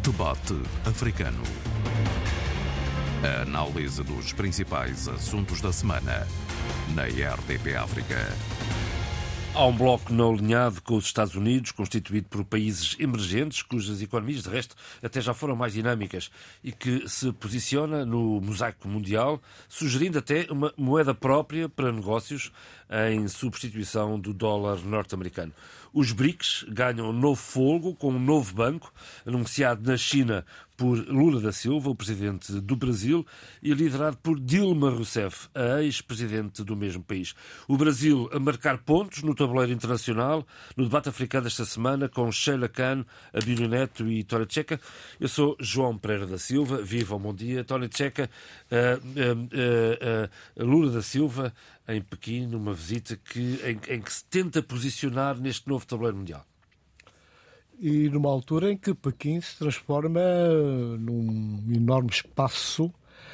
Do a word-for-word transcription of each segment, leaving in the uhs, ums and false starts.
Debate Africano. A análise dos principais assuntos da semana na R D P África. Há um bloco não alinhado com os Estados Unidos, constituído por países emergentes, cujas economias, de resto, até já foram mais dinâmicas, e que se posiciona no mosaico mundial, sugerindo até uma moeda própria para negócios em substituição do dólar norte-americano. Os B R I C S ganham um novo fôlego com um novo banco, anunciado na China por Lula da Silva, o presidente do Brasil, e liderado por Dilma Rousseff, a ex-presidente do mesmo país. O Brasil a marcar pontos no tabuleiro internacional, no debate africano esta semana, com Sheila Khan, Abílio Neto e Tony Checa. Eu sou João Pereira da Silva, viva, bom dia. Tony Checa, uh, uh, uh, uh, Lula da Silva, em Pequim, numa visita que, em, em que se tenta posicionar neste novo tabuleiro mundial. E numa altura em que Pequim se transforma num enorme espaço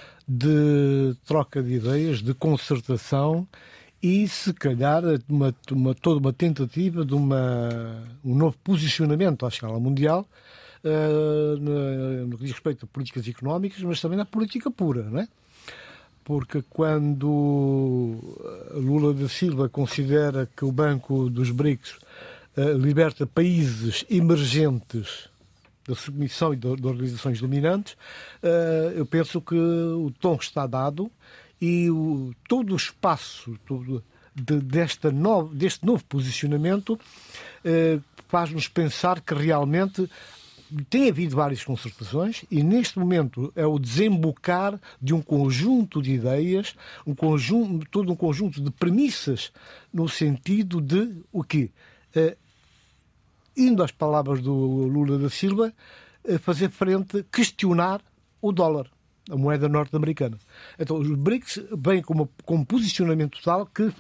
de troca de ideias, de concertação e, se calhar, uma, uma, toda uma tentativa de uma, um novo posicionamento à escala mundial uh, no, no que diz respeito a políticas económicas, mas também na política pura, não é? Porque quando Lula da Silva considera que o Banco dos B R I C S uh, liberta países emergentes da submissão e de, de organizações dominantes, uh, eu penso que o tom está dado e o, todo o espaço todo, de, desta novo, deste novo posicionamento uh, faz-nos pensar que realmente tem havido várias concertações e, neste momento, é o desembocar de um conjunto de ideias, um conjunto, todo um conjunto de premissas no sentido de o quê? Uh, indo às palavras do Lula da Silva, uh, fazer frente, questionar o dólar, a moeda norte-americana. Então, os B R I C S vêm com um posicionamento tal que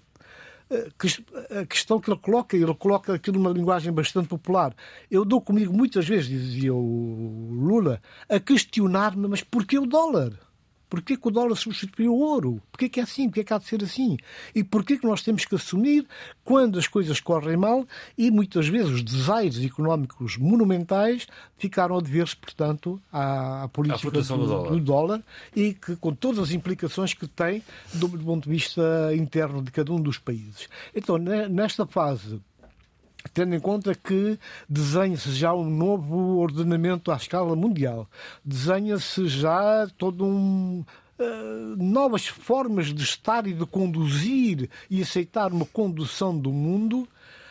a questão que ele coloca, ele coloca aquilo numa linguagem bastante popular. Eu dou comigo muitas vezes, dizia o Lula, a questionar-me, mas porquê o dólar? Porquê que o dólar substituiu o ouro? Porquê que é assim? Porquê que há de ser assim? E porquê que nós temos que assumir quando as coisas correm mal e muitas vezes os desaires económicos monumentais ficaram a dever-se, portanto, à, à política do, do, dólar. do dólar e que, com todas as implicações que tem do, do ponto de vista interno de cada um dos países. Então, nesta fase, tendo em conta que desenha-se já um novo ordenamento à escala mundial, desenha-se já todo um uh, novas formas de estar e de conduzir e aceitar uma condução do mundo.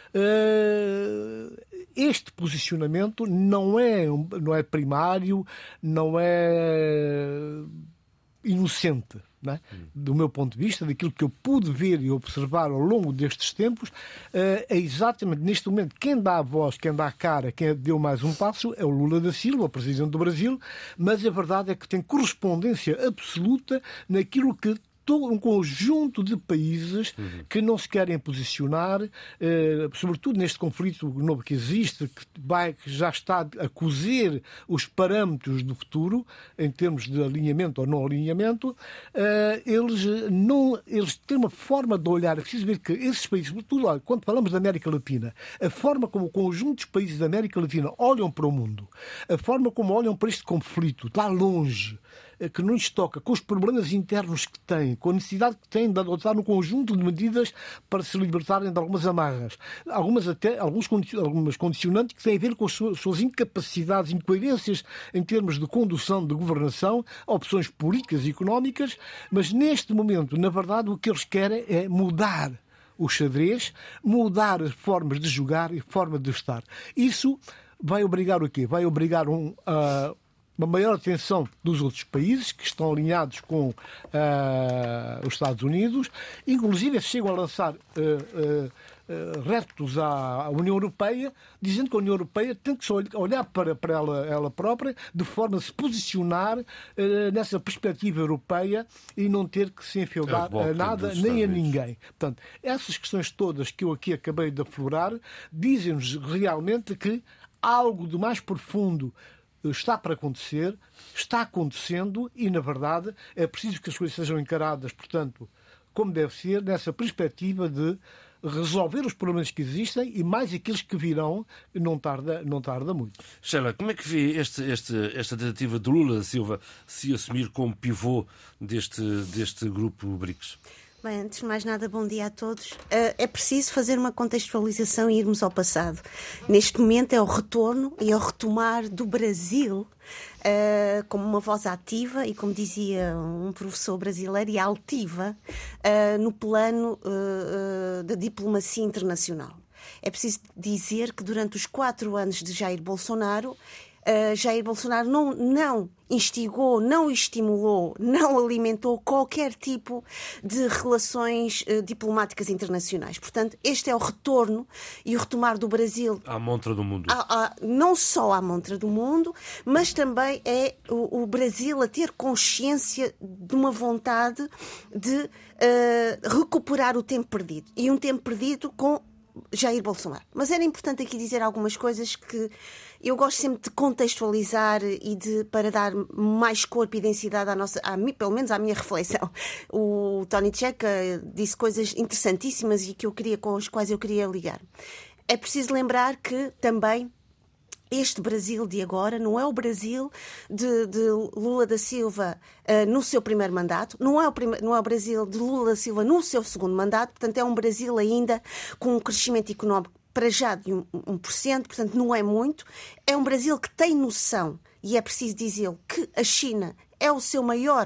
Uh, este posicionamento não é, não é primário, não é inocente. Não é? Do meu ponto de vista, daquilo que eu pude ver e observar ao longo destes tempos, é exatamente neste momento quem dá a voz, quem dá a cara, quem deu mais um passo é o Lula da Silva, o presidente do Brasil, mas a verdade é que tem correspondência absoluta naquilo que todo um conjunto de países uhum. que não se querem posicionar, eh, sobretudo neste conflito novo que existe, que, vai, que já está a cozer os parâmetros do futuro, em termos de alinhamento ou não alinhamento, eh, eles, não, eles têm uma forma de olhar. É preciso ver que esses países, tudo, olha, quando falamos da América Latina, a forma como o conjunto dos países da América Latina olham para o mundo, a forma como olham para este conflito, está longe, que não lhes toca, com os problemas internos que têm, com a necessidade que têm de adotar um conjunto de medidas para se libertarem de algumas amarras, algumas até alguns, algumas condicionantes que têm a ver com as suas, suas incapacidades, incoerências em termos de condução, de governação, opções políticas e económicas, mas neste momento, na verdade, o que eles querem é mudar o xadrez, mudar as formas de jogar e forma de estar. Isso vai obrigar o quê? Vai obrigar um... Uh, uma maior atenção dos outros países que estão alinhados com uh, os Estados Unidos, inclusive chegam a lançar uh, uh, uh, retos à, à União Europeia, dizendo que a União Europeia tem que olhar para, para ela, ela própria, de forma a se posicionar uh, nessa perspectiva europeia e não ter que se enfeudar é a nada nem a ninguém. Portanto, essas questões todas que eu aqui acabei de aflorar dizem-nos realmente que algo de mais profundo está para acontecer, está acontecendo e, na verdade, é preciso que as coisas sejam encaradas, portanto, como deve ser, nessa perspectiva de resolver os problemas que existem e mais aqueles que virão, não tarda, não tarda muito. Sheila, como é que vê este, este, esta tentativa de Lula da Silva se assumir como pivô deste, deste grupo BRICS? Bem, antes de mais nada, bom dia a todos. É preciso fazer uma contextualização e irmos ao passado. Neste momento é o retorno e é o retomar do Brasil uh, como uma voz ativa e, como dizia um professor brasileiro, e altiva uh, no plano uh, uh, da diplomacia internacional. É preciso dizer que durante os quatro anos de Jair Bolsonaro, Uh, Jair Bolsonaro não, não instigou, não estimulou, não alimentou qualquer tipo de relações uh, diplomáticas internacionais. Portanto, este é o retorno e o retomar do Brasil à montra do mundo. A, a, não só à montra do mundo, mas também é o, o Brasil a ter consciência de uma vontade de uh, recuperar o tempo perdido. E um tempo perdido com Jair Bolsonaro. Mas era importante aqui dizer algumas coisas que eu gosto sempre de contextualizar e de, para dar mais corpo e densidade à nossa, à, pelo menos à minha reflexão. O Tony Checa disse coisas interessantíssimas e que eu queria, com as quais eu queria ligar. É preciso lembrar que também este Brasil de agora não é o Brasil de, de Lula da Silva uh, no seu primeiro mandato, não é, o prime- não é o Brasil de Lula da Silva no seu segundo mandato, portanto é um Brasil ainda com um crescimento económico para já de um por cento, portanto não é muito. É um Brasil que tem noção, e é preciso dizê-lo, que a China é o seu maior,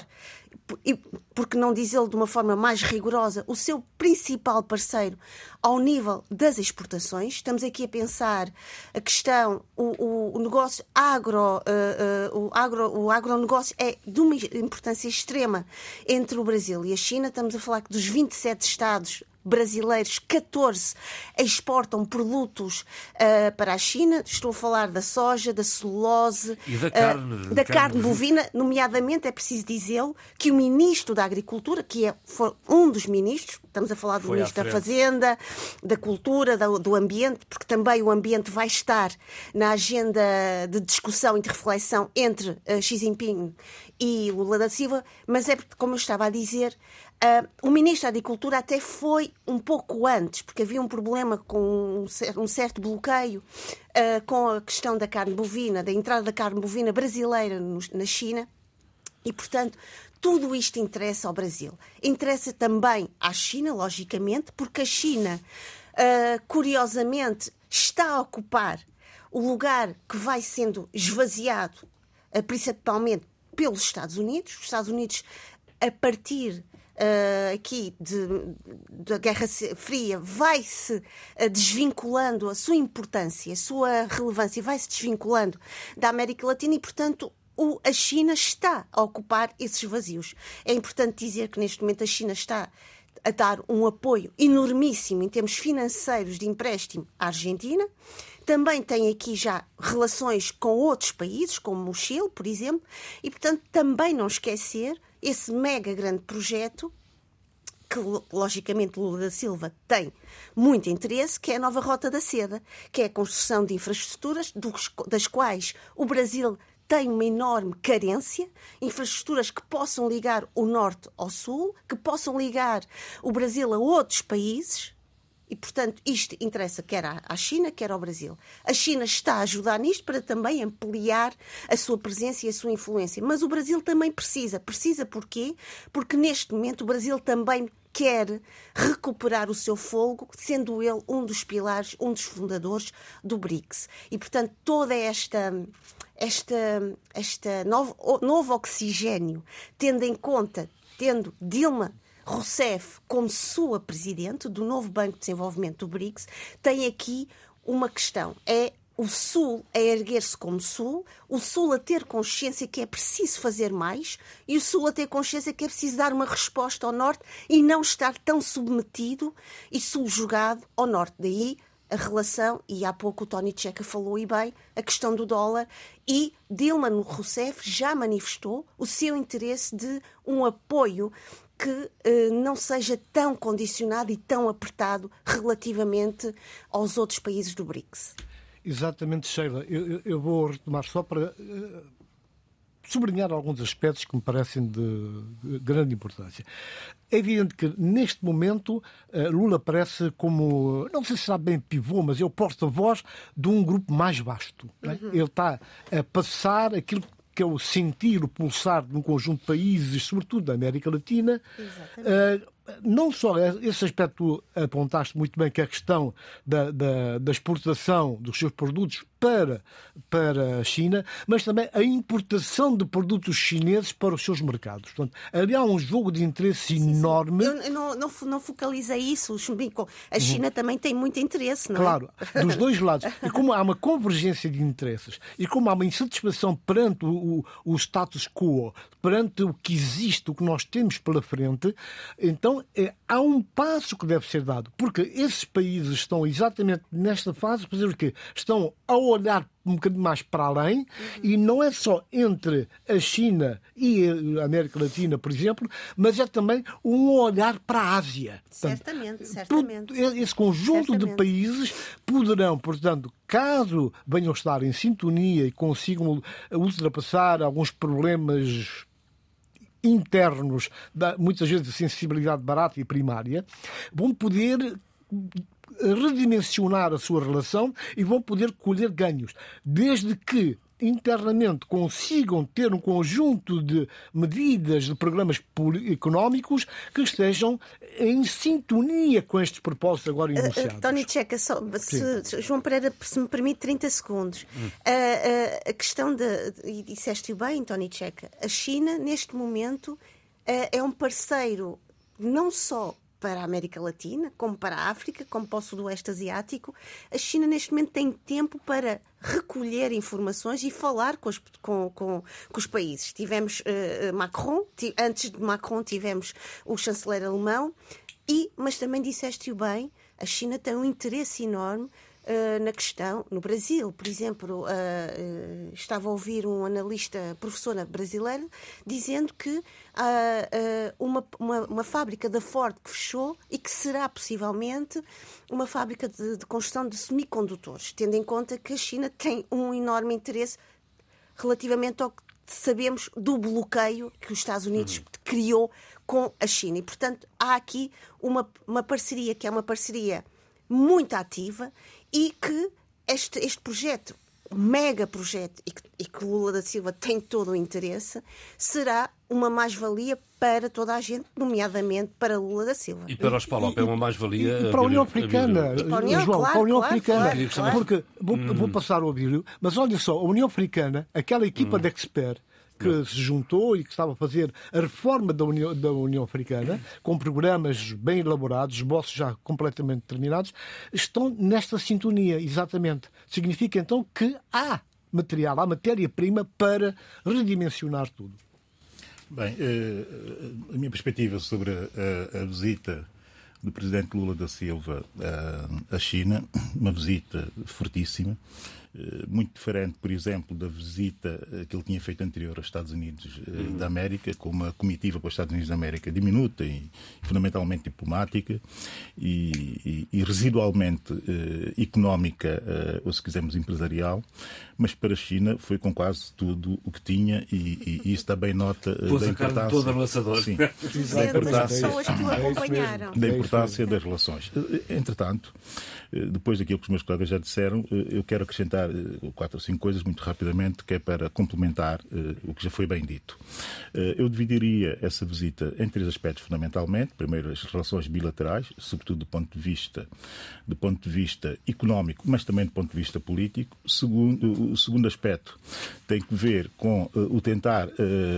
e porque não dizê-lo de uma forma mais rigorosa, o seu principal parceiro ao nível das exportações. Estamos aqui a pensar a questão, o, o, o negócio agro, uh, uh, o, agro, o agronegócio é de uma importância extrema entre o Brasil e a China. Estamos a falar que dos vinte e sete estados brasileiros, catorze exportam produtos uh, para a China. Estou a falar da soja, da celulose e da carne, uh, da carne, carne bovina, nomeadamente é preciso dizê-lo que o Ministro da Agricultura, que é foi um dos ministros, estamos a falar do Foi Ministro da Fazenda, da Cultura, do, do Ambiente, porque também o ambiente vai estar na agenda de discussão e de reflexão entre uh, Xi Jinping e Lula da Silva, mas é porque, como eu estava a dizer, Uh, o Ministro da Agricultura até foi um pouco antes, porque havia um problema com um certo, um certo bloqueio uh, com a questão da carne bovina, da entrada da carne bovina brasileira no, na China, e, portanto, tudo isto interessa ao Brasil. Interessa também à China, logicamente, porque a China, uh, curiosamente, está a ocupar o lugar que vai sendo esvaziado, uh, principalmente pelos Estados Unidos. Os Estados Unidos, a partir Uh, aqui de, da Guerra Fria, vai-se uh, desvinculando a sua importância, a sua relevância, vai-se desvinculando da América Latina e, portanto, o, a China está a ocupar esses vazios. É importante dizer que, neste momento, a China está a dar um apoio enormíssimo em termos financeiros de empréstimo à Argentina. Também tem aqui já relações com outros países, como o Chile, por exemplo, e, portanto, também não esquecer esse mega grande projeto que, logicamente, Lula da Silva tem muito interesse, que é a nova Rota da Seda, que é a construção de infraestruturas dos, das quais o Brasil tem uma enorme carência, infraestruturas que possam ligar o norte ao sul, que possam ligar o Brasil a outros países. E, portanto, isto interessa quer à China, quer ao Brasil. A China está a ajudar nisto para também ampliar a sua presença e a sua influência. Mas o Brasil também precisa. Precisa porquê? Porque, neste momento, o Brasil também quer recuperar o seu fôlego, sendo ele um dos pilares, um dos fundadores do BRICS. E, portanto, toda esta... Esta, esta novo, novo oxigênio, tendo em conta, tendo Dilma Rousseff como sua presidente do novo Banco de Desenvolvimento do BRICS, tem aqui uma questão. É o Sul a erguer-se como Sul, o Sul a ter consciência que é preciso fazer mais e o Sul a ter consciência que é preciso dar uma resposta ao Norte e não estar tão submetido e subjugado ao Norte. Daí a relação, e há pouco o Tony Checa falou e bem, a questão do dólar, e Dilma Rousseff já manifestou o seu interesse de um apoio que eh, não seja tão condicionado e tão apertado relativamente aos outros países do BRICS. Exatamente, Sheila. Eu, eu vou retomar só para, sublinhar alguns aspectos que me parecem de grande importância. É evidente que, neste momento, Lula parece como, não sei se será bem pivô, mas é o porta-voz de um grupo mais vasto. Não é? Uhum. Ele está a passar aquilo que é o sentir, o pulsar de um conjunto de países, sobretudo da América Latina. Exatamente. Uh, não só esse aspecto apontaste muito bem, que é a questão da, da, da exportação dos seus produtos para, para a China, mas também a importação de produtos chineses para os seus mercados. Portanto, ali há um jogo de interesse sim, enorme. Sim. Eu não, não, não focalizei isso, a China uhum. também tem muito interesse, não é? Claro, dos dois lados. E como há uma convergência de interesses, e como há uma insatisfação perante o, o, o status quo, perante o que existe, o que nós temos pela frente, então é, há um passo que deve ser dado, porque esses países estão exatamente nesta fase, fazer o quê? Estão a olhar um bocadinho mais para além, uhum. e não é só entre a China e a América Latina, por exemplo, mas é também um olhar para a Ásia. Certamente, portanto, certamente. Esse conjunto certamente. de países poderão, portanto, caso venham estar em sintonia e consigam ultrapassar alguns problemas internos, muitas vezes de sensibilidade barata e primária, vão poder redimensionar a sua relação e vão poder colher ganhos, desde que internamente consigam ter um conjunto de medidas, de programas económicos que estejam em sintonia com estes propósitos agora enunciados. Uh, uh, Tony Checa, só, se, João Pereira, se me permite trinta segundos. Hum. Uh, uh, a questão de, e disseste-o bem, Tony Checa, a China, neste momento, uh, é um parceiro não só para a América Latina, como para a África, como para o Sudoeste Asiático. A China, neste momento, tem tempo para recolher informações e falar com os, com, com, com os países. Tivemos uh, Macron, antes de Macron tivemos o chanceler alemão, e, mas também disseste-o bem, a China tem um interesse enorme uh, na questão, no Brasil, por exemplo, uh, uh, estava a ouvir um analista, professora brasileira, dizendo que Uh, uh, uma, uma, uma fábrica da Ford que fechou e que será possivelmente uma fábrica de, de construção de semicondutores, tendo em conta que a China tem um enorme interesse relativamente ao que sabemos do bloqueio que os Estados Unidos uhum. criou com a China. E, portanto, há aqui uma, uma parceria que é uma parceria muito ativa e que este, este projeto, mega projeto, e que, e que Lula da Silva tem todo o interesse, será uma mais-valia para toda a gente, nomeadamente para Lula da Silva. E para os PALOP é uma mais-valia... E, e para a União Africana, e para a União, João, claro, para a União claro, Africana. Claro, claro. Porque, vou, hum. vou passar o Abílio, mas olha só, a União Africana, aquela equipa hum. de expert que hum. se juntou e que estava a fazer a reforma da União, da União Africana, com programas bem elaborados, esboços já completamente terminados, estão nesta sintonia, exatamente. Significa então que há material, há matéria-prima para redimensionar tudo. Bem, a minha perspectiva sobre a, a visita do presidente Lula da Silva à China, uma visita fortíssima, muito diferente, por exemplo, da visita que ele tinha feito anterior aos Estados Unidos uhum. da América, com uma comitiva para os Estados Unidos da América diminuta e fundamentalmente diplomática e, e, e residualmente eh, económica, eh, ou se quisermos empresarial, mas para a China foi com quase tudo o que tinha e, e isso dá bem nota eh, da importância... Toda no lançador. Sim, da importância, pessoas que o acompanharam. Da importância das relações. Entretanto, depois daquilo que os meus colegas já disseram, eu quero acrescentar quatro ou cinco coisas muito rapidamente, que é para complementar uh, o que já foi bem dito. Uh, eu dividiria essa visita em três aspectos fundamentalmente. Primeiro, as relações bilaterais, sobretudo do ponto de vista, do ponto de vista económico, mas também do ponto de vista político. Segundo, o segundo aspecto tem que ver com uh, o tentar uh,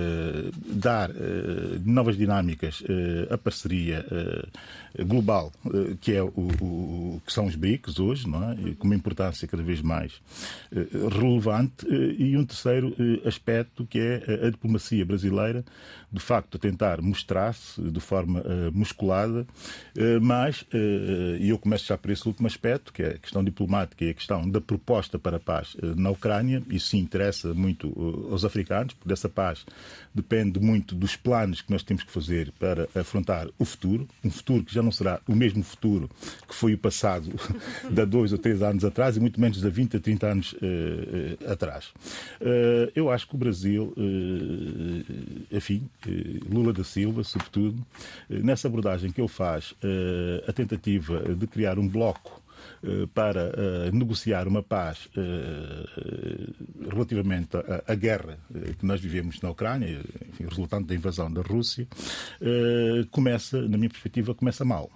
dar uh, novas dinâmicas uh, à parceria uh, global, uh, que, é o, o, que são os B R I C S hoje, não é? E com uma importância cada vez mais relevante, e um terceiro aspecto que é a diplomacia brasileira, de facto a tentar mostrar-se de forma musculada, mas, e eu começo já por esse último aspecto, que é a questão diplomática e a questão da proposta para a paz na Ucrânia. Isso sim interessa muito aos africanos, porque dessa paz depende muito dos planos que nós temos que fazer para afrontar o futuro, um futuro que já não não será o mesmo futuro que foi o passado de há dois ou três anos atrás e muito menos de vinte a trinta anos uh, uh, atrás. Uh, eu acho que o Brasil, uh, enfim, uh, Lula da Silva, sobretudo, uh, nessa abordagem que ele faz, uh, a tentativa de criar um bloco para uh, negociar uma paz uh, relativamente à, à guerra que nós vivemos na Ucrânia, enfim, resultante da invasão da Rússia, uh, começa, na minha perspectiva, começa mal.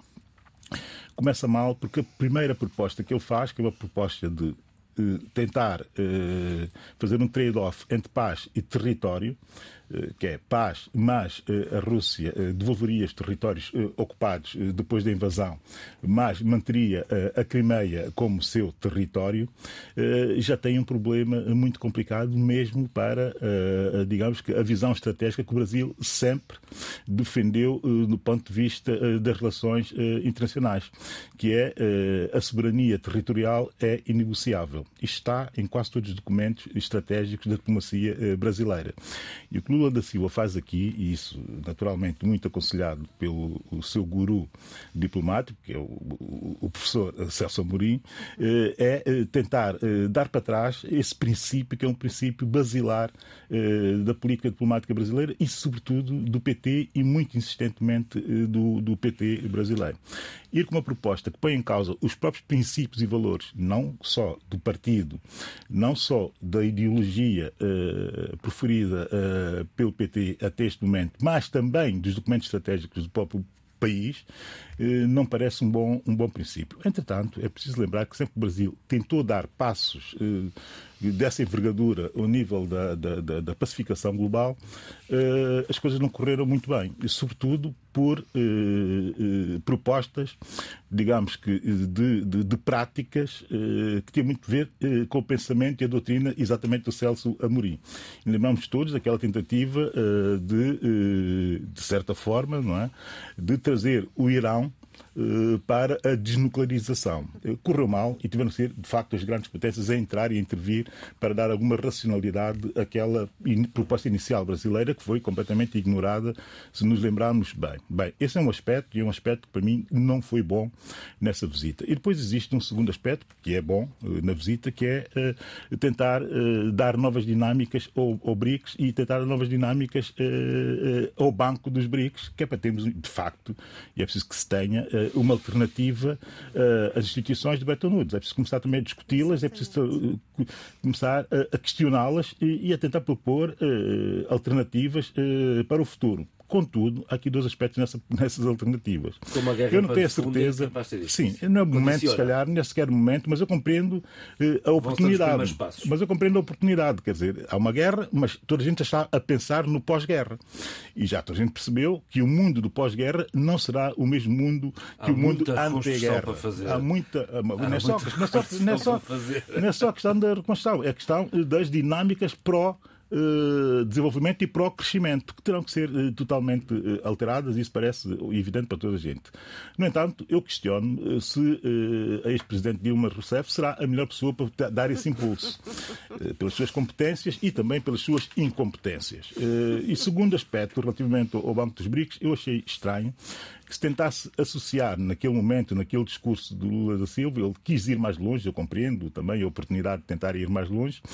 Começa mal porque a primeira proposta que ele faz, que é uma proposta de uh, tentar uh, fazer um trade-off entre paz e território, que é paz, mas a Rússia devolveria os territórios ocupados depois da invasão, mas manteria a Crimeia como seu território, já tem um problema muito complicado mesmo para, digamos, que a visão estratégica que o Brasil sempre defendeu do ponto de vista das relações internacionais, que é a soberania territorial é inegociável. Isto está em quase todos os documentos estratégicos da diplomacia brasileira. E o que Lula da Silva faz aqui, e isso naturalmente muito aconselhado pelo o seu guru diplomático, que é o, o, o professor Celso Amorim, é tentar dar para trás esse princípio, que é um princípio basilar da política diplomática brasileira e, sobretudo, do P T e muito insistentemente do, do P T brasileiro. Ir com uma proposta que põe em causa os próprios princípios e valores, não só do partido, não só da ideologia uh, preferida uh, pelo P T até este momento, mas também dos documentos estratégicos do próprio país, uh, não parece um bom, um bom princípio. Entretanto, é preciso lembrar que sempre o Brasil tentou dar passos uh, dessa envergadura ao nível da, da, da, da pacificação global, uh, as coisas não correram muito bem, e sobretudo por uh, uh, propostas, digamos que, de, de, de práticas uh, que têm muito a ver uh, com o pensamento e a doutrina exatamente do Celso Amorim. E lembramos todos daquela tentativa uh, de, uh, de certa forma, não é? De trazer o Irão para a desnuclearização. Correu mal e tiveram que ser, de facto, as grandes potências a entrar e a intervir para dar alguma racionalidade àquela proposta inicial brasileira que foi completamente ignorada, se nos lembrarmos bem. Bem, esse é um aspecto e é um aspecto que para mim não foi bom nessa visita. E depois existe um segundo aspecto que é bom na visita, que é uh, tentar uh, dar novas dinâmicas ao, ao BRICS e tentar dar novas dinâmicas uh, uh, ao Banco dos BRICS, que é para termos, de facto, e é preciso que se tenha uma alternativa uh, às instituições de Bretton Woods. É preciso começar também a discuti-las, é preciso uh, começar a, a questioná-las e, e a tentar propor uh, alternativas uh, para o futuro. Contudo, há aqui dois aspectos nessa, nessas alternativas. Como a guerra eu não tenho a certeza. Sim, não é o momento, se calhar, não é sequer o momento, mas eu compreendo uh, a oportunidade. Mas eu compreendo a oportunidade. Quer dizer, há uma guerra, mas toda a gente está a pensar no pós-guerra. E já toda a gente percebeu que o mundo do pós-guerra não será o mesmo mundo que há o mundo ante-guerra. Há muita. Há não, é só, não, é só, não, é só, não é só a questão da reconstrução, é a questão das dinâmicas pró- Uh, desenvolvimento e pró-crescimento, que terão que ser uh, totalmente uh, alteradas, e isso parece evidente para toda a gente. No entanto, eu questiono uh, se uh, a ex-presidente Dilma Rousseff será a melhor pessoa para dar esse impulso, uh, pelas suas competências e também pelas suas incompetências. Uh, e segundo aspecto, relativamente ao Banco dos BRICS, eu achei estranho que se tentasse associar naquele momento, naquele discurso do Lula da Silva, ele quis ir mais longe, eu compreendo também a oportunidade de tentar ir mais longe,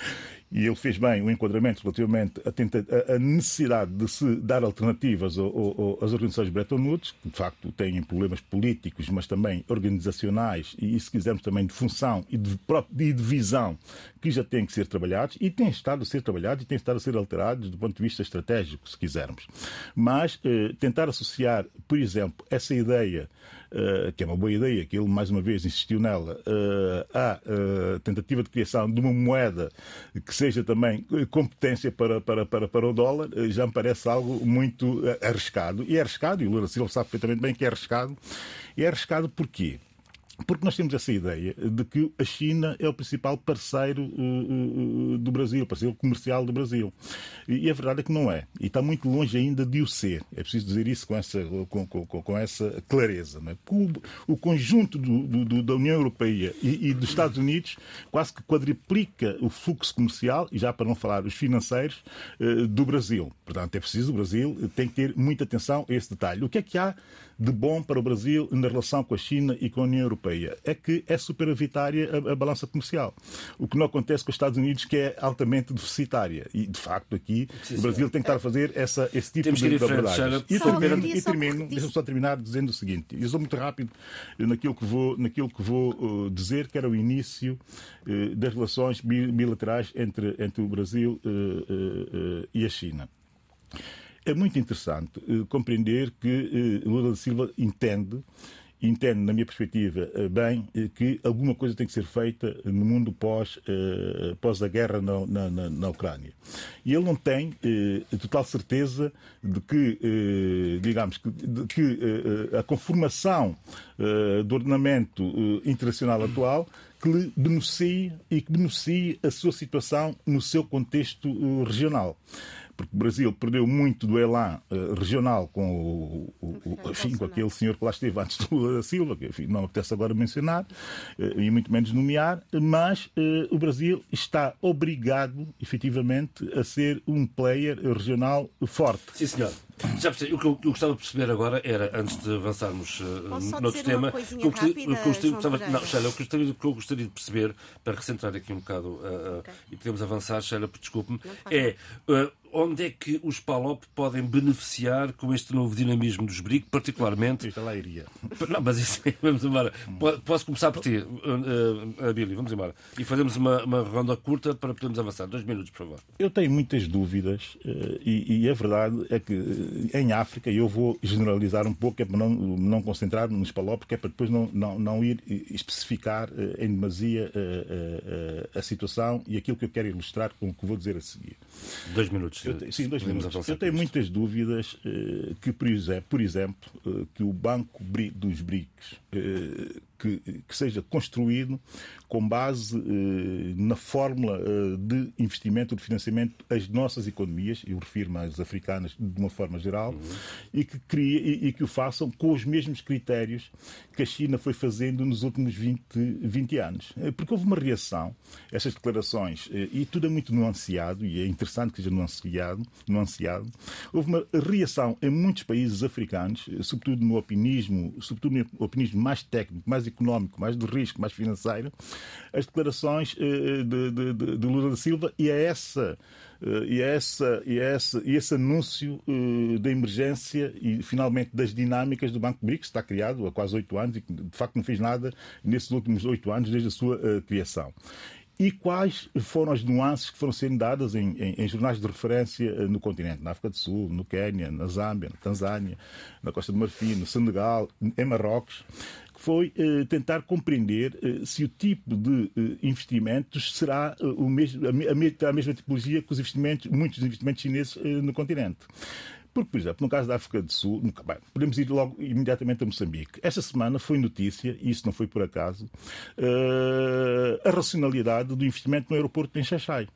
e ele fez bem o enquadramento relativamente à necessidade de se dar alternativas às organizações Bretton Woods, que de facto têm problemas políticos, mas também organizacionais e, se quisermos, também de função e de, de visão, que já têm que ser trabalhados e têm estado a ser trabalhados e têm estado a ser alterados do ponto de vista estratégico, se quisermos. Mas eh, tentar associar, por exemplo, essa ideia, Uh, que é uma boa ideia, que ele mais uma vez insistiu nela, uh, à uh, tentativa de criação de uma moeda que seja também competência para, para, para, para o dólar, uh, já me parece algo muito uh, arriscado. E é arriscado, e o Lula Silva sabe perfeitamente bem que é arriscado. E é arriscado porquê? Porque nós temos essa ideia de que a China é o principal parceiro uh, uh, do Brasil, parceiro comercial do Brasil. E a verdade é que não é. E está muito longe ainda de o ser. É preciso dizer isso com essa, com, com, com essa clareza. Não é? o, o conjunto do, do, da União Europeia e, e dos Estados Unidos quase que quadriplica o fluxo comercial, e já para não falar os financeiros, uh, do Brasil. Portanto, é preciso, o Brasil tem que ter muita atenção a esse detalhe. O que é que há de bom para o Brasil na relação com a China e com a União Europeia? É que é superavitária a, a balança comercial. O que não acontece com os Estados Unidos, que é altamente deficitária. E, de facto, aqui sim, o Brasil tem que estar a fazer essa, esse tipo Temos de abordagens. E termino, e termino deixa-me só terminar dizendo o seguinte. Eu sou muito rápido naquilo que vou, naquilo que vou uh, dizer, que era o início uh, das relações bilaterais entre, entre o Brasil uh, uh, uh, e a China. É muito interessante uh, compreender que uh, Lula da Silva entende, entende, na minha perspectiva, uh, bem, uh, que alguma coisa tem que ser feita no mundo pós, uh, pós a guerra na, na, na Ucrânia. E ele não tem uh, total certeza de que, uh, digamos, que, de que uh, a conformação uh, do ordenamento uh, internacional atual que lhe beneficie e que beneficie a sua situação no seu contexto uh, regional. Porque o Brasil perdeu muito do elan uh, regional com, o, o, o, enfim, com aquele senhor que lá esteve antes do Lula da Silva, que enfim, não me apetece agora mencionar, uh, e muito menos nomear, mas uh, o Brasil está obrigado, efetivamente, a ser um player regional forte. Sim, senhor. Já percebi, o que eu, eu gostava de perceber agora era, antes de avançarmos uh, noutro tema, que eu gostaria, rápida, que eu gostaria, gostava, não, Sheila, o que eu, gostaria, o que eu gostaria de perceber, para recentrar aqui um bocado uh, okay. uh, e podemos avançar, Sheila, desculpe-me, é uh, onde é que os PALOP podem beneficiar com este novo dinamismo dos B R I C, particularmente... Isto lá iria. Não, mas isso, vamos embora. Posso começar por ti, uh, uh, Billy, vamos embora. E fazemos uma, uma ronda curta para podermos avançar. Dois minutos, por favor. Eu tenho muitas dúvidas uh, e, e a verdade é que uh, em África, e eu vou generalizar um pouco, é para não, não concentrar nos PALOP, porque é para depois não, não, não ir especificar uh, em demasia uh, uh, a situação e aquilo que eu quero ilustrar com o que vou dizer a seguir. Dois minutos. Eu te, sim, dois minutos. Eu tenho muitas dúvidas uh, que, por exemplo, por exemplo uh, que o Banco dos B R I Cs uh, que, que seja construído com base uh, na fórmula uh, de investimento, de financiamento às nossas economias, eu refiro-me às africanas de uma forma geral, uhum. e, que crie, e, e que o façam com os mesmos critérios que a China foi fazendo nos últimos vinte anos. Porque houve uma reação, estas declarações, e tudo é muito nuanceado, e é interessante que seja nuanceado, nuanceado. Houve uma reação em muitos países africanos, sobretudo no opinismo, sobretudo no opinismo mais técnico, mais económico, mais de risco, mais financeiro, as declarações de, de, de, de Lula da Silva, e é essa e essa, e essa, e esse anúncio uh, da emergência e finalmente das dinâmicas do Banco B R I C, que está criado há quase oito anos e que de facto não fez nada nesses últimos oito anos desde a sua uh, criação. E quais foram as nuances que foram sendo dadas em, em, em jornais de referência uh, no continente, na África do Sul, no Quénia, na Zâmbia, na Tanzânia, na Costa do Marfim, no Senegal, em Marrocos, foi uh, tentar compreender uh, se o tipo de uh, investimentos será uh, o mesmo, a, a, a mesma tipologia que os investimentos, muitos investimentos chineses uh, no continente. Porque, por exemplo, no caso da África do Sul, bem, podemos ir logo imediatamente a Moçambique. Esta semana foi notícia, e isso não foi por acaso, uh, a racionalidade do investimento no aeroporto em Xaixai.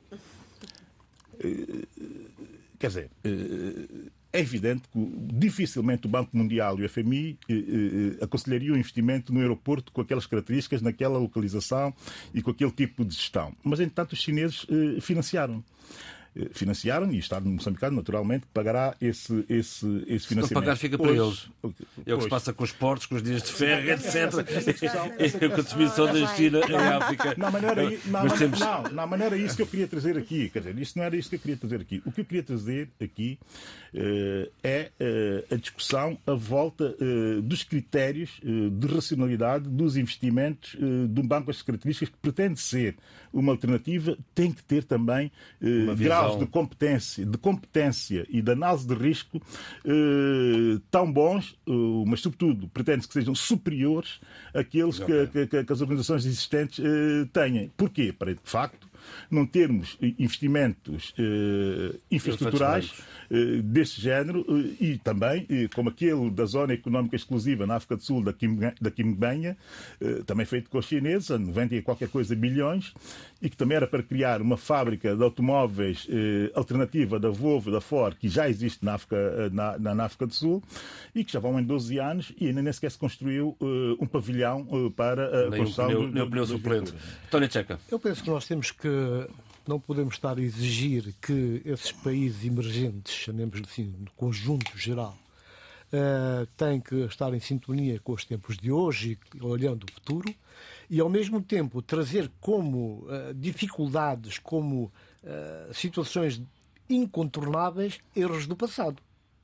Uh, quer dizer... Uh, É evidente que dificilmente o Banco Mundial e o F M I eh, eh, aconselhariam o investimento no aeroporto com aquelas características, naquela localização e com aquele tipo de gestão. Mas, entretanto, os chineses eh, financiaram. Financiaram, e o Estado moçambicano, naturalmente, pagará esse, esse, esse financiamento. Se não pagar, fica para pois, eles. É o que se passa com os portos, com os dias de ferro, etcétera. É a contribuição da China em África. Não, mas não era, não, mas temos... não, não, mas não era isso que eu queria trazer aqui. Quer dizer, isso não era isso que eu queria trazer aqui. O que eu queria trazer aqui uh, é uh, a discussão à volta uh, dos critérios uh, de racionalidade dos investimentos uh, de um banco com estas características, que pretende ser uma alternativa, tem que ter também uh, graus de competência, de competência e de análise de risco eh, tão bons, eh, mas sobretudo pretende-se que sejam superiores àqueles que, que, que as organizações existentes eh, têm. Porquê? Para, de facto, não termos investimentos eh, infraestruturais eh, deste género eh, e também, eh, como aquele da Zona Económica Exclusiva na África do Sul, da Quimbenha, eh, também feito com os chineses, a noventa e qualquer coisa bilhões, e que também era para criar uma fábrica de automóveis eh, alternativa da Volvo, da Ford, que já existe na África, na, na África do Sul, e que já vão em doze anos e ainda nem sequer se construiu uh, um pavilhão uh, para a nem construção um pneu, do, nem um pneu do, suplente. Tony Checa. Eu penso que nós temos que, não podemos estar a exigir que esses países emergentes, chamemos assim, no conjunto geral, uh, têm que estar em sintonia com os tempos de hoje e olhando o futuro, e ao mesmo tempo trazer como uh, dificuldades, como uh, situações incontornáveis, erros do passado.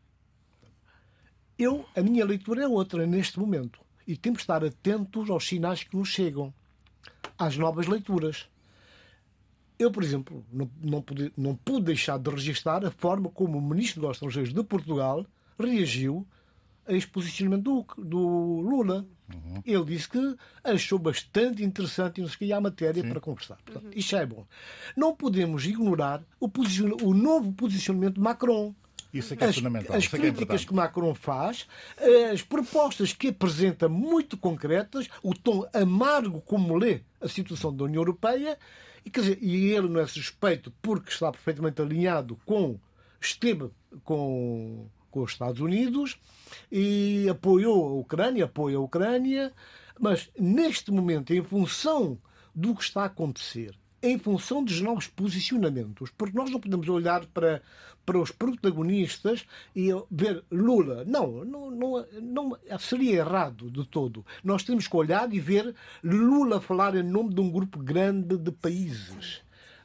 Eu, a minha leitura é outra neste momento. E temos de estar atentos aos sinais que nos chegam, às novas leituras. Eu, por exemplo, não, não, pude, não pude deixar de registrar a forma como o Ministro dos Estrangeiros de Portugal reagiu a este posicionamento do, do Lula. Uhum. Ele disse que achou bastante interessante e nos queria a matéria Sim. para conversar. Portanto, uhum. Isto é bom. Não podemos ignorar o, posicion... o novo posicionamento de Macron. Isso é que é as, fundamental. As Isso críticas é que, que Macron faz, as propostas que apresenta muito concretas, o tom amargo como lê a situação da União Europeia, e, quer dizer, e ele não é suspeito porque está perfeitamente alinhado com, esteve com, com os Estados Unidos e apoiou a Ucrânia, apoia a Ucrânia, mas neste momento, em função do que está a acontecer, em função dos novos posicionamentos, porque nós não podemos olhar para, para os protagonistas e ver Lula. Não, não, não, não seria errado de todo. Nós temos que olhar e ver Lula falar em nome de um grupo grande de países.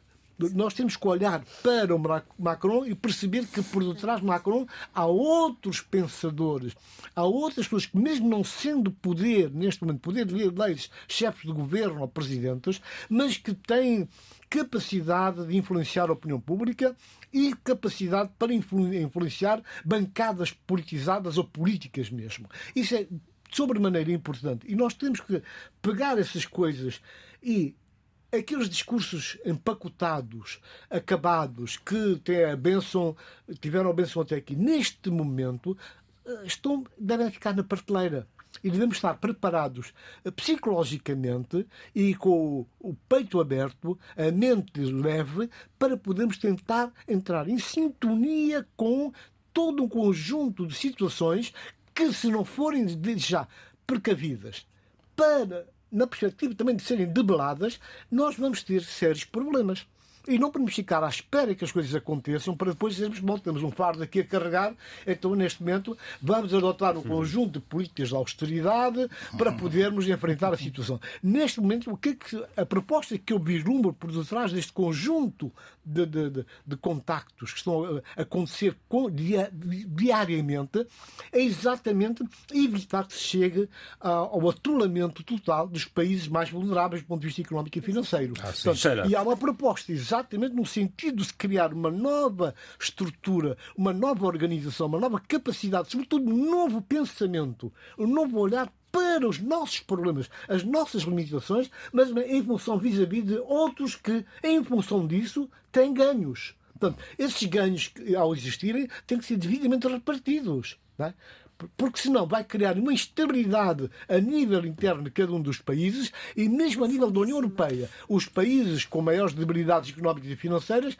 Nós temos que olhar para o Macron e perceber que por detrás de Macron há outros pensadores, há outras pessoas que, mesmo não sendo poder, neste momento, poder de leis, chefes de governo ou presidentes, mas que têm capacidade de influenciar a opinião pública e capacidade para influenciar bancadas politizadas ou políticas mesmo. Isso é sobremaneira importante. E nós temos que pegar essas coisas e aqueles discursos empacotados, acabados, que até a benção, tiveram a benção até aqui, neste momento, estão, devem ficar na prateleira. E devemos estar preparados psicologicamente e com o peito aberto, a mente leve, para podermos tentar entrar em sintonia com todo um conjunto de situações que, se não forem já precavidas para, na perspectiva também de serem debeladas, nós vamos ter sérios problemas. E não podemos ficar à espera que as coisas aconteçam para depois dizermos, bom, temos um fardo aqui a carregar, então neste momento vamos adotar um conjunto de políticas de austeridade para podermos enfrentar a situação. Neste momento, o que é que a proposta que eu vislumbro por detrás deste conjunto de, de, de, de contactos que estão a acontecer com, dia, diariamente é exatamente evitar que se chegue ao atrolamento total dos países mais vulneráveis do ponto de vista económico e financeiro. Ah, Portanto, e há uma proposta exatamente exatamente no sentido de criar uma nova estrutura, uma nova organização, uma nova capacidade, sobretudo um novo pensamento, um novo olhar para os nossos problemas, as nossas limitações, mas em função vis-à-vis de outros que, em função disso, têm ganhos. Portanto, esses ganhos, ao existirem, têm que ser devidamente repartidos, não é? Porque senão vai criar uma instabilidade a nível interno de cada um dos países e mesmo a nível da União Europeia. Os países com maiores debilidades económicas e financeiras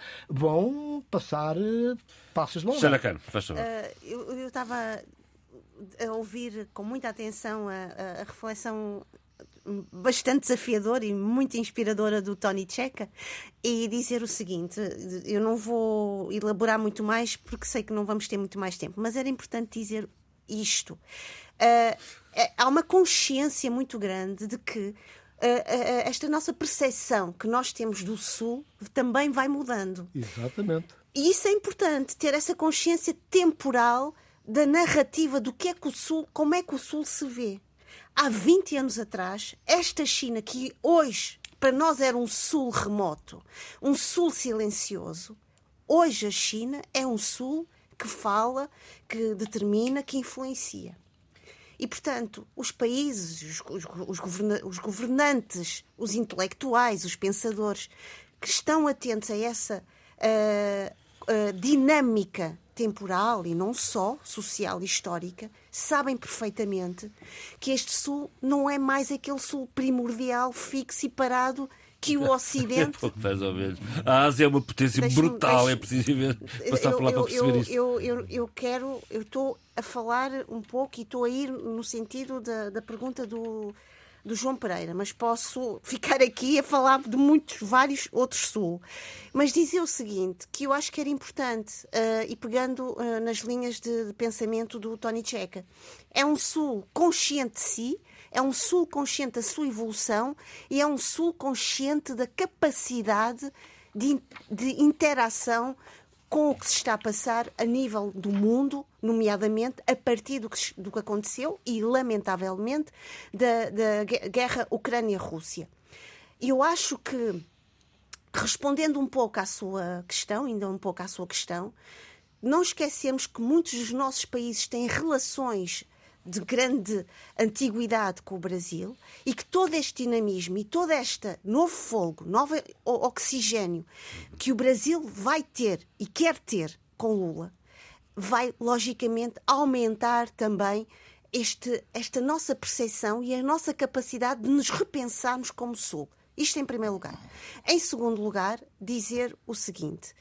vão passar uh, passos longos. Xana Cano, faz favor. Uh, eu, eu estava a ouvir com muita atenção a, a, a reflexão bastante desafiadora e muito inspiradora do Tony Checa e dizer o seguinte, eu não vou elaborar muito mais porque sei que não vamos ter muito mais tempo, mas era importante dizer isto. Uh, é, há uma consciência muito grande de que uh, uh, esta nossa percepção que nós temos do Sul também vai mudando. Exatamente. E isso é importante, ter essa consciência temporal da narrativa do que é que o Sul, como é que o Sul se vê. Há vinte anos atrás, esta China, que hoje para nós era um Sul remoto, um Sul silencioso, hoje a China é um Sul que fala, que determina, que influencia. E, portanto, os países, os, os, os, governa, os governantes, os intelectuais, os pensadores, que estão atentos a essa uh, uh, dinâmica temporal e não só, social e histórica, sabem perfeitamente que este Sul não é mais aquele Sul primordial, fixo e parado que o Ocidente... Mais ou menos. A Ásia é uma potência deixa brutal, deixa... é preciso passar por lá para perceber eu, isto. Eu, eu, eu quero, eu estou a falar um pouco e estou a ir no sentido da, da pergunta do, do João Pereira, mas posso ficar aqui a falar de muitos, vários outros Sul. Mas dizer o seguinte, que eu acho que era importante, uh, e pegando uh, nas linhas de, de pensamento do Tony Checa, é um Sul consciente de si, é um Sul consciente da sua evolução e é um Sul consciente da capacidade de, de interação com o que se está a passar a nível do mundo, nomeadamente a partir do que, do que aconteceu e, lamentavelmente, da, da guerra Ucrânia-Rússia. Eu acho que, respondendo um pouco à sua questão, ainda um pouco à sua questão, não esquecemos que muitos dos nossos países têm relações de grande antiguidade com o Brasil e que todo este dinamismo e todo este novo fogo, novo oxigênio que o Brasil vai ter e quer ter com Lula, vai logicamente aumentar também este, esta nossa percepção e a nossa capacidade de nos repensarmos como Sul. Isto em primeiro lugar. Em segundo lugar, dizer o seguinte...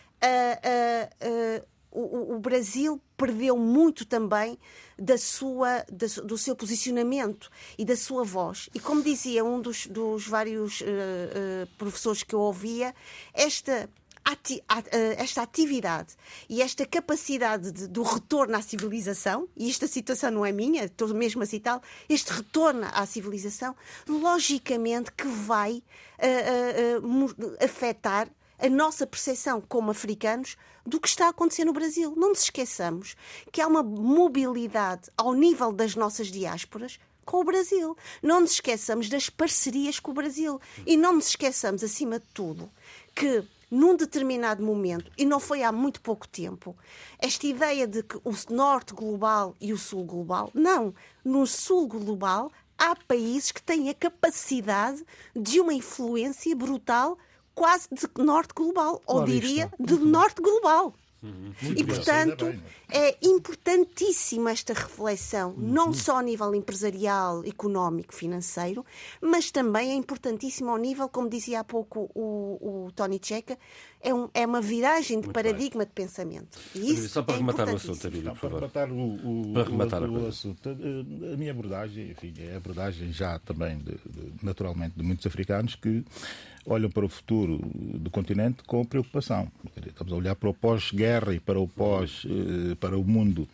Uh, uh, uh, O, o Brasil perdeu muito também da sua, da, do seu posicionamento e da sua voz. E como dizia um dos, dos vários uh, uh, professores que eu ouvia, esta, ati, uh, esta atividade e esta capacidade de, do retorno à civilização, e esta situação não é minha, estou mesmo a citar, este retorno à civilização, logicamente que vai uh, uh, uh, afetar a nossa percepção como africanos do que está a acontecer no Brasil. Não nos esqueçamos que há uma mobilidade ao nível das nossas diásporas com o Brasil. Não nos esqueçamos das parcerias com o Brasil. E não nos esqueçamos, acima de tudo, que num determinado momento, e não foi há muito pouco tempo, esta ideia de que o Norte global e o Sul global, não. No Sul global há países que têm a capacidade de uma influência brutal quase de norte global, ou claro, diria de norte global. Uhum. E, portanto, é importantíssima esta reflexão, uhum. não só a nível empresarial, económico, financeiro, mas também é importantíssima ao nível, como dizia há pouco o, o Tony Checa, é, um, é uma viragem de Muito paradigma bem. de pensamento. E isso só para é rematar o assunto, Abílio, por favor. Para rematar o, o, para rematar o, o assunto, a minha abordagem, enfim, é a abordagem já também, de, de, naturalmente, de muitos africanos que olham para o futuro do continente com preocupação. Estamos a olhar para o pós-guerra e para o pós, para o mundo.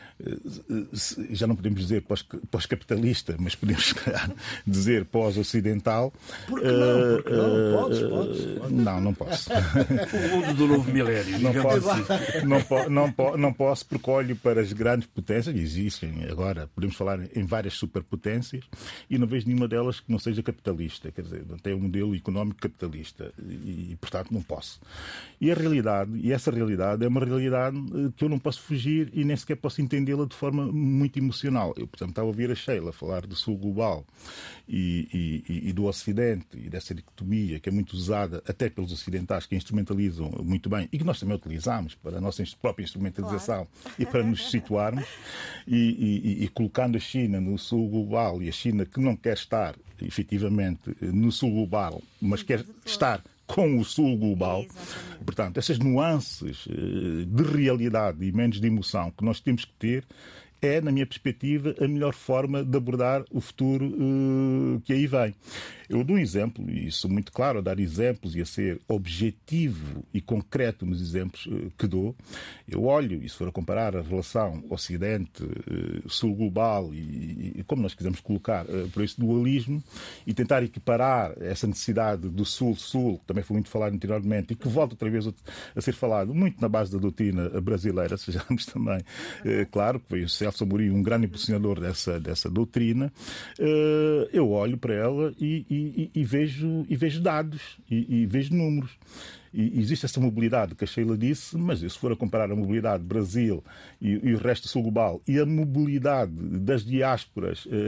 Já não podemos dizer pós-capitalista, mas podemos dizer pós-ocidental. Por que não? Por que não? Podes, podes. Não, não posso. O mundo do novo milénio. Não posso, não, po, não, po, não posso, porque olho para as grandes potências, que existem agora, podemos falar em várias superpotências, e não vejo nenhuma delas que não seja capitalista, quer dizer, não tem um modelo económico capitalista, e, portanto, não posso. E a realidade, e essa realidade é uma realidade que eu não posso fugir e nem sequer posso entender de forma muito emocional. Eu, por exemplo, estava a ouvir a Sheila falar do Sul global e, e, e do Ocidente e dessa dicotomia que é muito usada até pelos ocidentais, que instrumentalizam muito bem e que nós também utilizamos para a nossa própria instrumentalização claro. e para nos situarmos e, e, e colocando a China no Sul global e a China que não quer estar efetivamente no Sul global, mas quer estar com o Sul global. É, portanto, essas nuances de realidade e menos de emoção que nós temos que ter é, na minha perspectiva, a melhor forma de abordar o futuro uh, que aí vem. Eu dou um exemplo, e sou muito claro a dar exemplos e a ser objetivo e concreto nos exemplos uh, que dou. Eu olho, e se for a comparar a relação Ocidente-Sul uh, global e, e como nós quisermos colocar uh, por esse dualismo e tentar equiparar essa necessidade do Sul-Sul, que também foi muito falado anteriormente e que volta outra vez a, a ser falado muito na base da doutrina brasileira, sejamos também uh, claro, que foi o Celso Amorim um grande impulsionador dessa, dessa doutrina, uh, eu olho para ela e, e, e, vejo, e vejo dados e, e vejo números. E existe essa mobilidade que a Sheila disse, mas se for a comparar a mobilidade do Brasil e, e o resto do sul global e a mobilidade das diásporas, uh,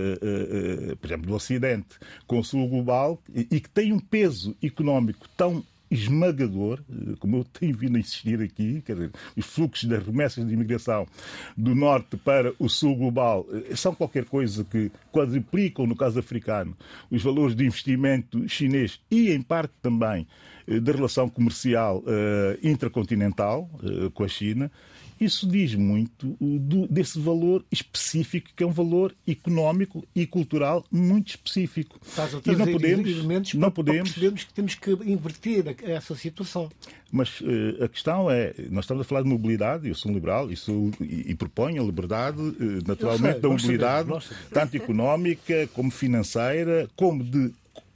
uh, uh, por exemplo, do Ocidente com o sul global, e, e que tem um peso económico tão esmagador, como eu tenho vindo a insistir aqui, quer dizer, os fluxos das remessas de imigração do norte para o sul global são qualquer coisa que quadruplicam, no caso africano, os valores de investimento chinês e, em parte, também da relação comercial uh, intracontinental uh, com a China. Isso diz muito do, desse valor específico, que é um valor económico e cultural muito específico. E não podemos, elementos não para, podemos... para percebermos que temos que inverter essa situação. Mas uh, a questão é, nós estamos a falar de mobilidade, eu sou um liberal e, sou, e, e proponho a liberdade, uh, naturalmente, sei, da mobilidade, sabemos, sabemos. tanto económica como financeira, como de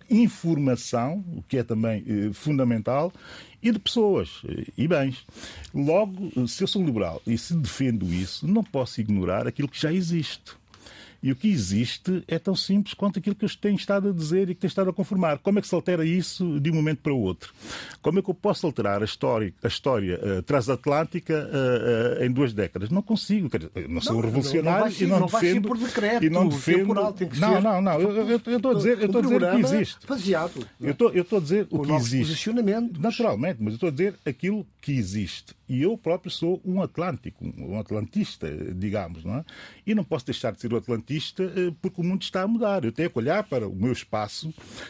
informação, o que é também uh, fundamental, e de pessoas e bens. Logo, se eu sou liberal e se defendo isso, não posso ignorar aquilo que já existe. E o que existe é tão simples quanto aquilo que eu tenho estado a dizer e que tenho estado a conformar. Como é que se altera isso de um momento para o outro? Como é que eu posso alterar a história, a história uh, transatlântica uh, uh, em duas décadas? Não consigo. Eu não sou não, um revolucionário não, não ser, e não, não defendo... Por decreto, e não defendo... Temporal, tem que não, ser... não, não. Eu, eu, eu estou a dizer, eu estou a dizer o que existe. Faseado, eu, estou, eu estou a dizer o, o que existe. Posicionamento. Naturalmente, mas eu estou a dizer aquilo que existe. E eu próprio sou um atlântico, um atlantista, digamos, não é? E não posso deixar de ser um atlantista porque o mundo está a mudar. Eu tenho que olhar para o meu espaço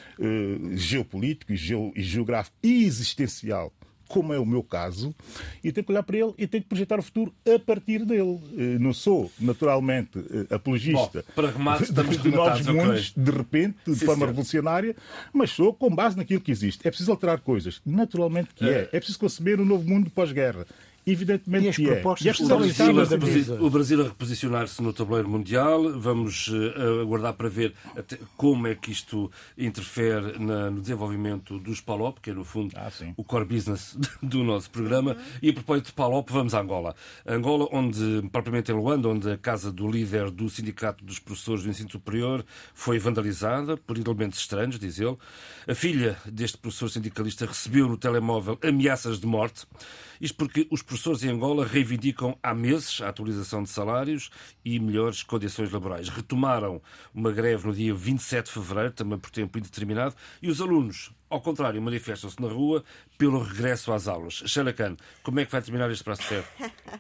uh, geopolítico e, geo, e geográfico e existencial, como é o meu caso, e tenho que olhar para ele e tenho que projetar o futuro a partir dele. Não sou, naturalmente, apologista Bom, para remate, estamos de novos mundos, okay. de repente, de Sim, forma sim. revolucionária, mas sou com base naquilo que existe. É preciso alterar coisas. Naturalmente que é. É preciso conceber um novo mundo pós-guerra. Evidentemente que é. E é o, Brasil a o Brasil a reposicionar-se no tabuleiro mundial. Vamos uh, aguardar para ver até como é que isto interfere na, no desenvolvimento dos PALOP, que é, no fundo, ah, o core business do nosso programa. Uhum. E a propósito de PALOP, vamos a Angola. Angola, onde, propriamente em Luanda, onde a casa do líder do Sindicato dos Professores do Ensino Superior foi vandalizada por elementos estranhos, diz ele. A filha deste professor sindicalista recebeu no telemóvel ameaças de morte. Isto porque os professores em Angola reivindicam há meses a atualização de salários e melhores condições laborais. Retomaram uma greve no dia vinte e sete de fevereiro, também por tempo indeterminado, e os alunos, ao contrário, manifestam-se na rua pelo regresso às aulas. Sheila Khan, como é que vai terminar este prazo de ferro?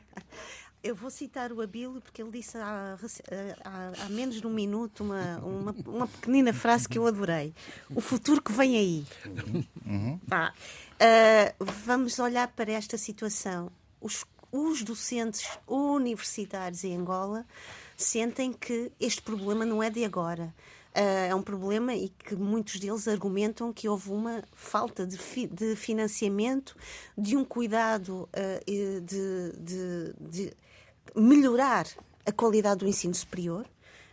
Eu vou citar o Abílio, porque ele disse há, há, há menos de um minuto uma, uma, uma pequenina frase que eu adorei. O futuro que vem aí. Uhum. Tá. Uh, vamos olhar para esta situação. Os, os docentes universitários em Angola sentem que este problema não é de agora. Uh, é um problema e que muitos deles argumentam que houve uma falta de, fi, de financiamento, de um cuidado uh, de, de, de melhorar a qualidade do ensino superior.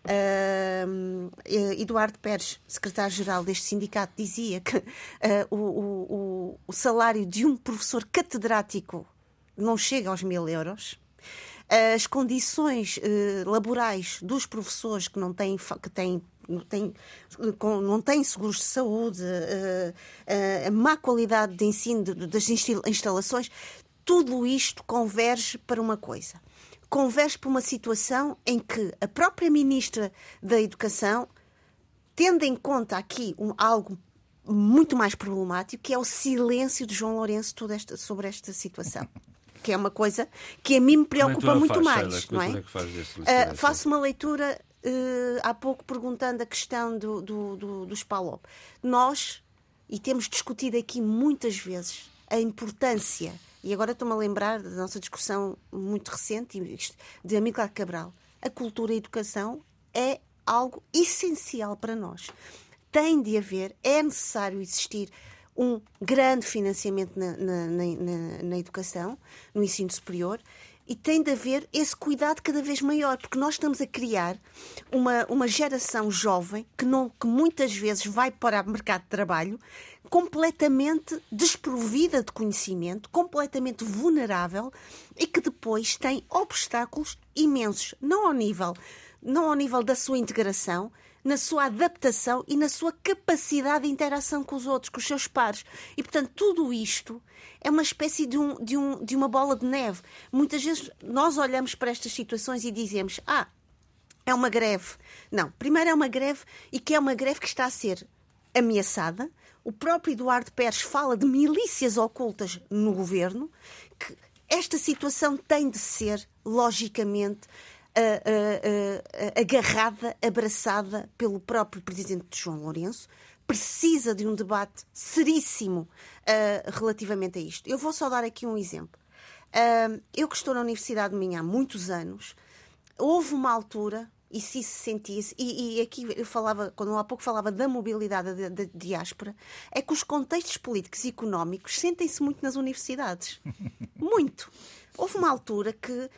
Uh, Eduardo Pérez, secretário-geral deste sindicato, dizia que uh, o, o, o salário de um professor catedrático não chega aos mil euros. As condições uh, laborais dos professores que não têm, que têm Não tem, não tem seguros de saúde, a má qualidade de ensino das instalações, tudo isto converge para uma coisa. Converge para uma situação em que a própria Ministra da Educação, tendo em conta aqui um, algo muito mais problemático, que é o silêncio de João Lourenço toda esta, sobre esta situação. Que é uma coisa que a mim me preocupa muito faz, mais. Sheila, não é? é que faz desse uh, faço uma leitura... Uh, há pouco perguntando a questão do, do, do, dos PALOP. Nós, e temos discutido aqui muitas vezes, a importância, e agora estou-me a lembrar da nossa discussão muito recente de Amílcar Cabral, a cultura e a educação é algo essencial para nós. Tem de haver, é necessário existir um grande financiamento na, na, na, na educação, no ensino superior, e tem de haver esse cuidado cada vez maior, porque nós estamos a criar uma, uma geração jovem que, não, que muitas vezes vai para o mercado de trabalho completamente desprovida de conhecimento, completamente vulnerável e que depois tem obstáculos imensos, não ao nível, não ao nível da sua integração, na sua adaptação e na sua capacidade de interação com os outros, com os seus pares. E, portanto, tudo isto é uma espécie de, um, de, um, de uma bola de neve. Muitas vezes nós olhamos para estas situações e dizemos: ah, é uma greve. Não, primeiro é uma greve e que é uma greve que está a ser ameaçada. O próprio Eduardo Pérez fala de milícias ocultas no governo, que esta situação tem de ser, logicamente, uh, uh, uh, agarrada, abraçada pelo próprio presidente João Lourenço. Precisa de um debate seríssimo uh, relativamente a isto. Eu vou só dar aqui um exemplo. Uh, eu que estou na Universidade de Minho há muitos anos, houve uma altura, e se isso se sentisse, e, e aqui eu falava, quando eu há pouco falava da mobilidade da, da diáspora, é que os contextos políticos e económicos sentem-se muito nas universidades. Muito. Houve uma altura que uh,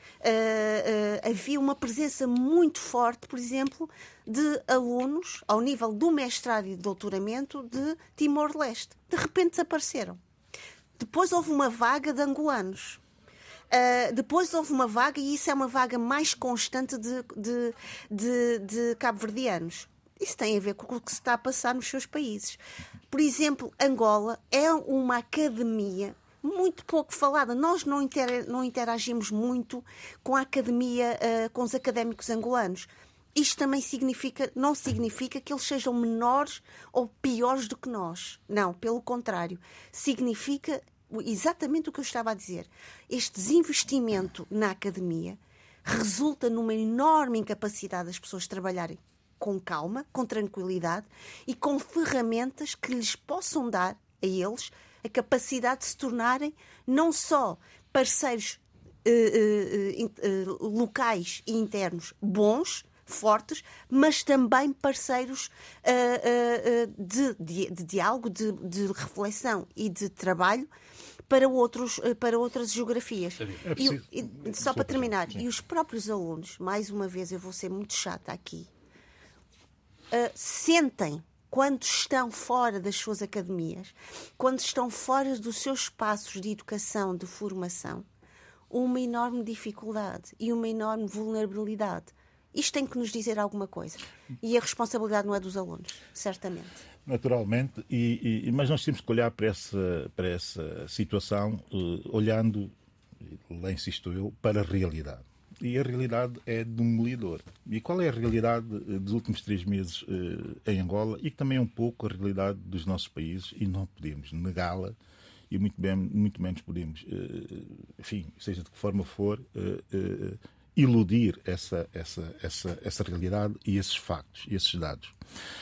uh, havia uma presença muito forte, por exemplo, de alunos, ao nível do mestrado e do doutoramento, de Timor-Leste. De repente desapareceram. Depois houve uma vaga de angolanos. Uh, depois houve uma vaga, e isso é uma vaga mais constante de, de, de, de cabo-verdianos. Isso tem a ver com o que se está a passar nos seus países. Por exemplo, Angola é uma academia muito pouco falada. Nós não, inter, não interagimos muito com a academia, uh, com os académicos angolanos. Isto também significa, não significa que eles sejam menores ou piores do que nós. Não, pelo contrário. Significa exatamente o que eu estava a dizer. Este desinvestimento na academia resulta numa enorme incapacidade das pessoas trabalharem com calma, com tranquilidade e com ferramentas que lhes possam dar a eles a capacidade de se tornarem não só parceiros uh, uh, uh, locais e internos bons, fortes, mas também parceiros uh, uh, de, de, de diálogo, de, de reflexão e de trabalho para, outros, para outras geografias. É e, e, só para terminar, e os próprios alunos, mais uma vez eu vou ser muito chata aqui, uh, sentem, quando estão fora das suas academias, quando estão fora dos seus espaços de educação, de formação, uma enorme dificuldade e uma enorme vulnerabilidade. Isto tem que nos dizer alguma coisa. E a responsabilidade não é dos alunos, certamente. Naturalmente, e, e, mas nós temos que olhar para essa, para essa situação uh, olhando, lá insisto eu, para a realidade. E a realidade é demolidora. E qual é a realidade dos últimos três meses uh, em Angola e que também é um pouco a realidade dos nossos países e não podemos negá-la e muito, bem, muito menos podemos, uh, enfim, seja de que forma for, uh, uh, iludir essa, essa, essa, essa realidade e esses factos, esses dados.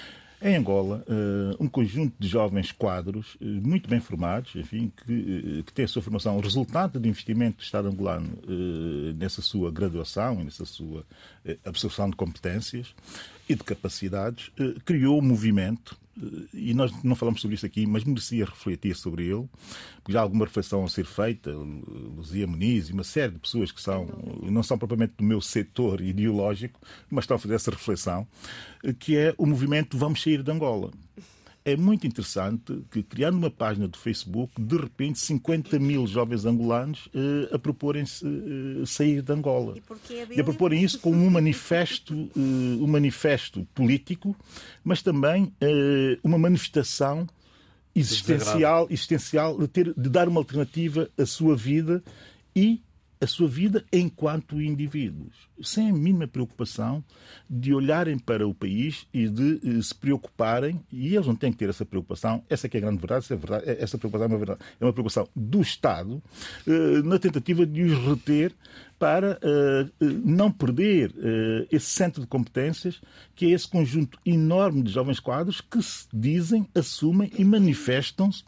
Em Angola, um conjunto de jovens quadros, muito bem formados, enfim, que, que têm a sua formação, o resultado do investimento do Estado angolano nessa sua graduação e nessa sua absorção de competências e de capacidades, criou um movimento, e nós não falamos sobre isso aqui, mas merecia refletir sobre ele, porque já há alguma reflexão a ser feita, Luzia Muniz e uma série de pessoas que são, não são propriamente do meu setor ideológico, mas estão a fazer essa reflexão, que é o movimento Vamos Sair de Angola. É muito interessante que, criando uma página do Facebook, de repente cinquenta mil jovens angolanos uh, a proporem-se uh, sair de Angola. E, e a proporem isso como um manifesto, uh, um manifesto político, mas também uh, uma manifestação existencial, existencial de, ter, de dar uma alternativa à sua vida e a sua vida enquanto indivíduos, sem a mínima preocupação de olharem para o país e de eh, se preocuparem, e eles não têm que ter essa preocupação, essa que é a grande verdade, essa, é verdade, essa preocupação é uma, verdade, é uma preocupação do Estado, eh, na tentativa de os reter para eh, não perder eh, esse centro de competências, que é esse conjunto enorme de jovens quadros que se dizem, assumem e manifestam-se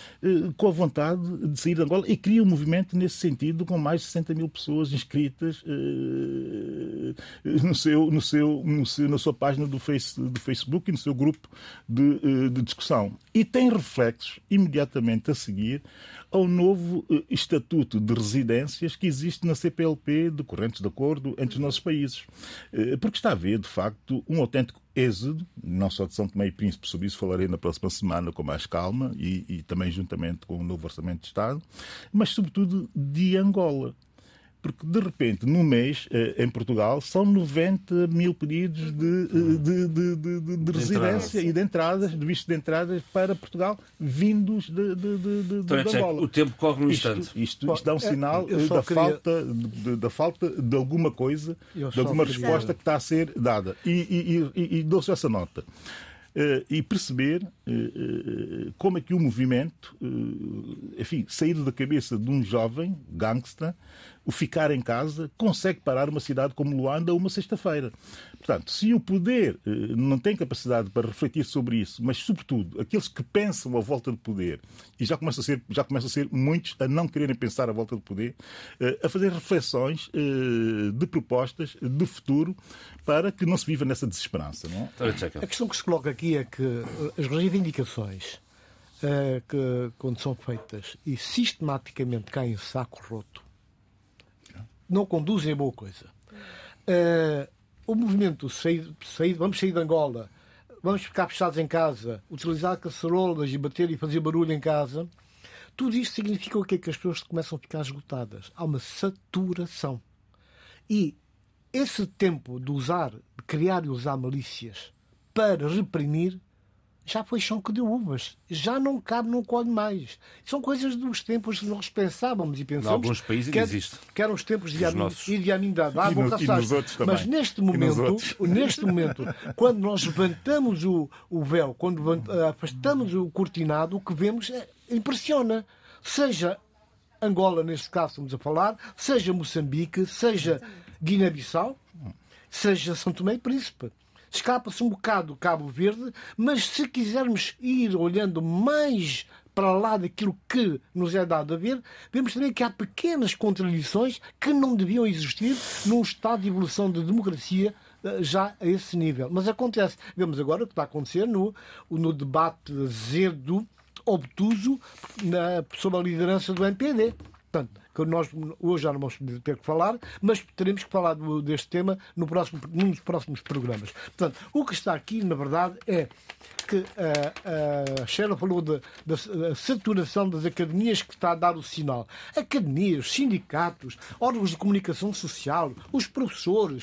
com a vontade de sair de Angola e cria um movimento nesse sentido com mais de sessenta mil pessoas inscritas uh, no seu, no seu, no seu, na sua página do, face, do Facebook e no seu grupo de, uh, de discussão. E tem reflexos imediatamente a seguir ao novo uh, estatuto de residências que existe na C P L P, decorrentes de acordo entre os nossos países. Uh, porque está a haver, de facto, um autêntico êxodo, não só de São Tomé e Príncipe, sobre isso falarei na próxima semana com mais calma e, e também juntamente com o novo Orçamento de Estado, mas sobretudo de Angola. Porque, de repente, no mês, em Portugal, são noventa mil pedidos de, de, de, de, de, de residência e de entradas, de visto de entradas para Portugal, vindos de, de, de, de, então, de Angola. O tempo corre no isto, instante. Isto, isto dá um sinal da, queria... falta, de, da falta de alguma coisa, de alguma queria... resposta que está a ser dada. E, e, e, e dou-se essa nota. Uh, e perceber uh, uh, como é que o movimento, uh, enfim, saído da cabeça de um jovem gangsta, o ficar em casa, consegue parar uma cidade como Luanda uma sexta-feira. Portanto, se o poder uh, não tem capacidade para refletir sobre isso, mas, sobretudo, aqueles que pensam à volta do poder, e já começam a ser, já começam a ser muitos a não quererem pensar à volta do poder, uh, a fazer reflexões uh, de propostas de futuro para que não se viva nessa desesperança. Não é? A questão que se coloca aqui é que as reivindicações uh, que, quando são feitas e sistematicamente caem em saco roto, não conduzem a boa coisa. Uh, o movimento sair, sair, vamos sair de Angola, vamos ficar fechados em casa, utilizar caçarolas e bater e fazer barulho em casa, tudo isto significa o quê? Que as pessoas começam a ficar esgotadas. Há uma saturação. E esse tempo de usar, de criar e usar milícias para reprimir, já foi chão que deu uvas. Já não cabe, não colhe mais. São coisas dos tempos que nós pensávamos e pensamos. Em alguns países que, existe. Que eram os tempos de Amin, nossos. e de Amin Dada. E, no, e nos outros também. Mas neste momento, neste momento, quando nós levantamos o, o véu, quando afastamos o cortinado, o que vemos é, impressiona. Seja Angola, neste caso estamos a falar, seja Moçambique, seja Guiné-Bissau, seja São Tomé e Príncipe. Escapa-se um bocado do Cabo Verde, mas se quisermos ir olhando mais para lá daquilo que nos é dado a ver, vemos também que há pequenas contradições que não deviam existir num estado de evolução de democracia já a esse nível. Mas acontece. Vemos agora o que está a acontecer no, no debate azedo, obtuso, na, sob a liderança do M P D. Portanto, que nós hoje já não vamos ter que falar, mas teremos que falar do, deste tema no próximo, num dos próximos programas. Portanto, o que está aqui, na verdade, é que a, a Sheila falou da, da saturação das academias que está a dar o sinal. Academias, sindicatos, órgãos de comunicação social, os professores.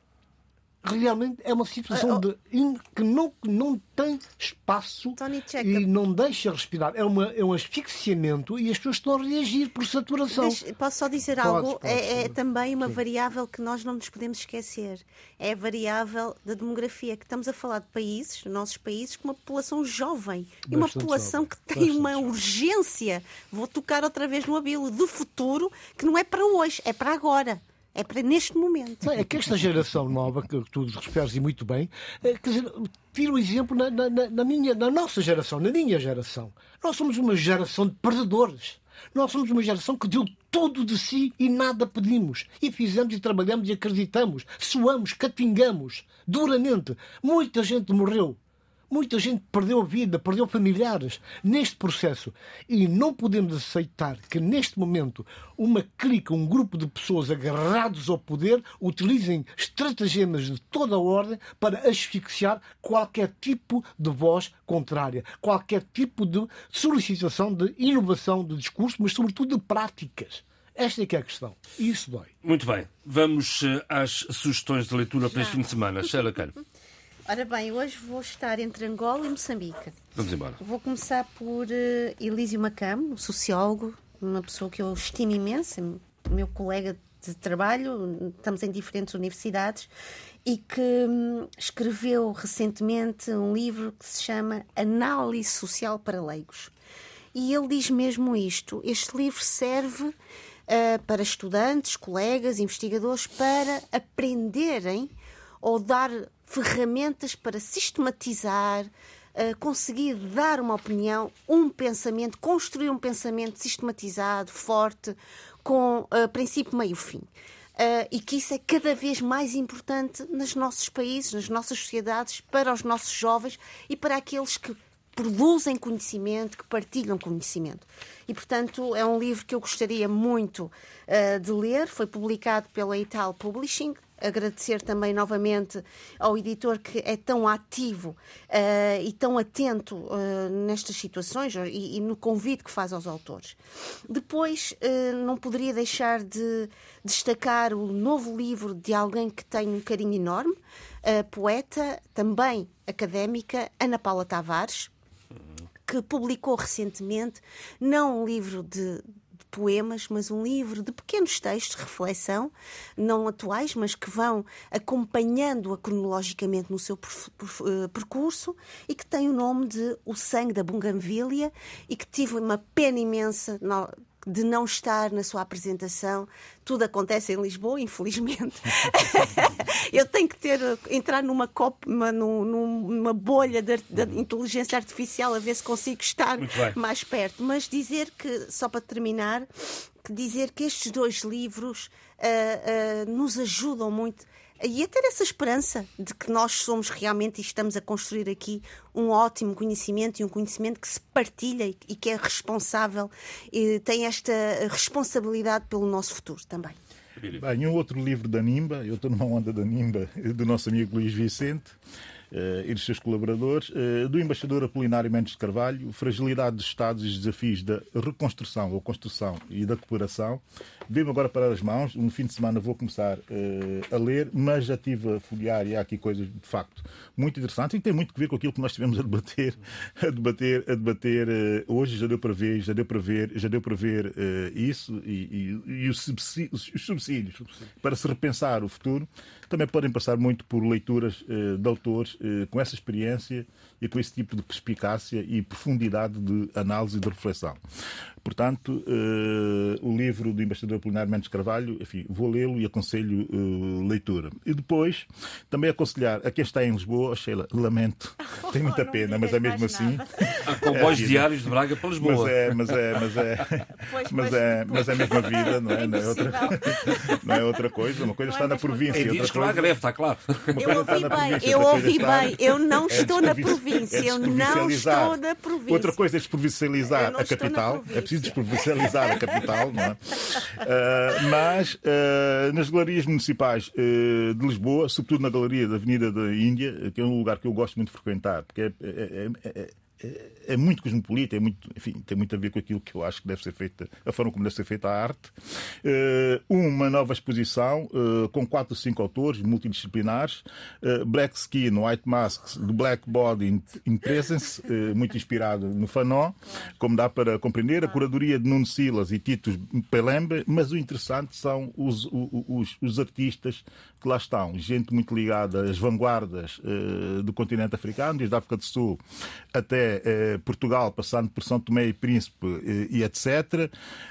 Realmente é uma situação de, que não, não tem espaço e não deixa respirar. É, uma, é um asfixiamento e as pessoas estão a reagir por saturação. Deixe, posso só dizer pode, algo? Pode, é, é também uma sim. variável que nós não nos podemos esquecer. É a variável da demografia, que estamos a falar de países, nossos países, com uma população jovem. Bastante e uma população jovem. que tem Bastante uma jovem. urgência. Vou tocar outra vez no abilo do futuro, que não é para hoje, é para agora. É para neste momento. É que esta geração nova, que tu referes e muito bem, é, quer dizer, tira o exemplo na, na, na, minha, na nossa geração, na minha geração. Nós somos uma geração de perdedores. Nós somos uma geração que deu tudo de si e nada pedimos. E fizemos e trabalhamos e acreditamos. Suamos, catingamos, duramente. Muita gente morreu. Muita gente perdeu a vida, perdeu familiares neste processo. E não podemos aceitar que, neste momento, uma clica, um grupo de pessoas agarrados ao poder utilizem estratagemas de toda a ordem para asfixiar qualquer tipo de voz contrária, qualquer tipo de solicitação de inovação de discurso, mas, sobretudo, de práticas. Esta é que é a questão. E isso dói. Muito bem. Vamos às sugestões de leitura para este fim de semana. Sheila Cano. Ora bem, hoje vou estar entre Angola e Moçambique. Vamos embora. Vou começar por uh, Elísio Macamo, um sociólogo, uma pessoa que eu estimo imenso, meu colega de trabalho, estamos em diferentes universidades, e que hum, escreveu recentemente um livro que se chama Análise Social para Leigos. E ele diz mesmo isto. Este livro serve uh, para estudantes, colegas, investigadores, para aprenderem ou dar ferramentas para sistematizar, uh, conseguir dar uma opinião, um pensamento, construir um pensamento sistematizado, forte, com uh, princípio, meio, fim. Uh, e que isso é cada vez mais importante nos nossos países, nas nossas sociedades, para os nossos jovens e para aqueles que produzem conhecimento, que partilham conhecimento. E, portanto, é um livro que eu gostaria muito uh, de ler. Foi publicado pela Ital Publishing. agradecer também novamente ao editor que é tão ativo uh, e tão atento uh, nestas situações e, e no convite que faz aos autores. Depois, uh, não poderia deixar de destacar o novo livro de alguém que tem um carinho enorme, a poeta, também académica, Ana Paula Tavares, que publicou recentemente não um livro de poemas, mas um livro de pequenos textos de reflexão, não atuais, mas que vão acompanhando-a cronologicamente no seu percurso e que tem o nome de O Sangue da Bunganvilha e que tive uma pena imensa de não estar na sua apresentação. Tudo acontece em Lisboa, infelizmente. Eu tenho que ter, entrar numa, copa, numa, numa bolha de, de inteligência artificial a ver se consigo estar mais perto. Mas dizer que, só para terminar, que dizer que estes dois livros uh, uh, nos ajudam muito e a ter essa esperança de que nós somos realmente e estamos a construir aqui um ótimo conhecimento e um conhecimento que se partilha e que é responsável e tem esta responsabilidade pelo nosso futuro também. Bem, um outro livro da Nimba, eu estou numa onda da Nimba, do nosso amigo Luís Vicente uh, e dos seus colaboradores, uh, do embaixador Apolinário Mendes de Carvalho, Fragilidade dos Estados e os Desafios da Reconstrução ou Construção e da Cooperação. Veio-me agora para as mãos, no fim de semana vou começar uh, a ler, mas já estive a folhear e há aqui coisas, de facto, muito interessantes e tem muito a ver com aquilo que nós estivemos a debater, a debater, a debater uh, hoje, já deu para ver, já deu para ver, já deu para ver uh, isso e, e, e os, subsídios, os subsídios para se repensar o futuro também podem passar muito por leituras uh, de autores uh, com essa experiência e com esse tipo de perspicácia e profundidade de análise e de reflexão. Portanto, uh, o livro do embaixador Apolinário Mendes de Carvalho, enfim, vou lê-lo e aconselho uh, leitura. E depois, também aconselhar a quem está em Lisboa, Sheila, lamento, oh, tem muita pena, mas é mesmo assim. Há comboios é diários de Braga para Lisboa. Mas é, mas é, mas é, pois, mas é, mas é a mesma vida, não é? Não é, outra, não é outra coisa. Uma coisa não está é na província. É dias que não há greve, está claro. Eu ouvi bem, eu ouvi bem. Eu não estou na província, eu não estou na província. Outra coisa é desprovincializar a capital. É preciso desprovincializar a capital, não é? Uh, mas uh, nas galerias municipais uh, de Lisboa, sobretudo na galeria da Avenida da Índia, que é um lugar que eu gosto muito de frequentar, porque é, é, é, é É, é muito cosmopolita, é muito, enfim, tem muito a ver com aquilo que eu acho que deve ser feita, a forma como deve ser feita a arte. Uh, uma nova exposição uh, com quatro ou cinco autores multidisciplinares, uh, Black Skin, White Masks, The Black Body in, in Presence, uh, muito inspirado no Fanon, como dá para compreender, a curadoria de Nuno Silas e Titus Pelembe, mas o interessante são os, os, os artistas que lá estão, gente muito ligada às vanguardas uh, do continente africano, desde a África do Sul até eh, Portugal, passando por São Tomé e Príncipe eh, e etcétera.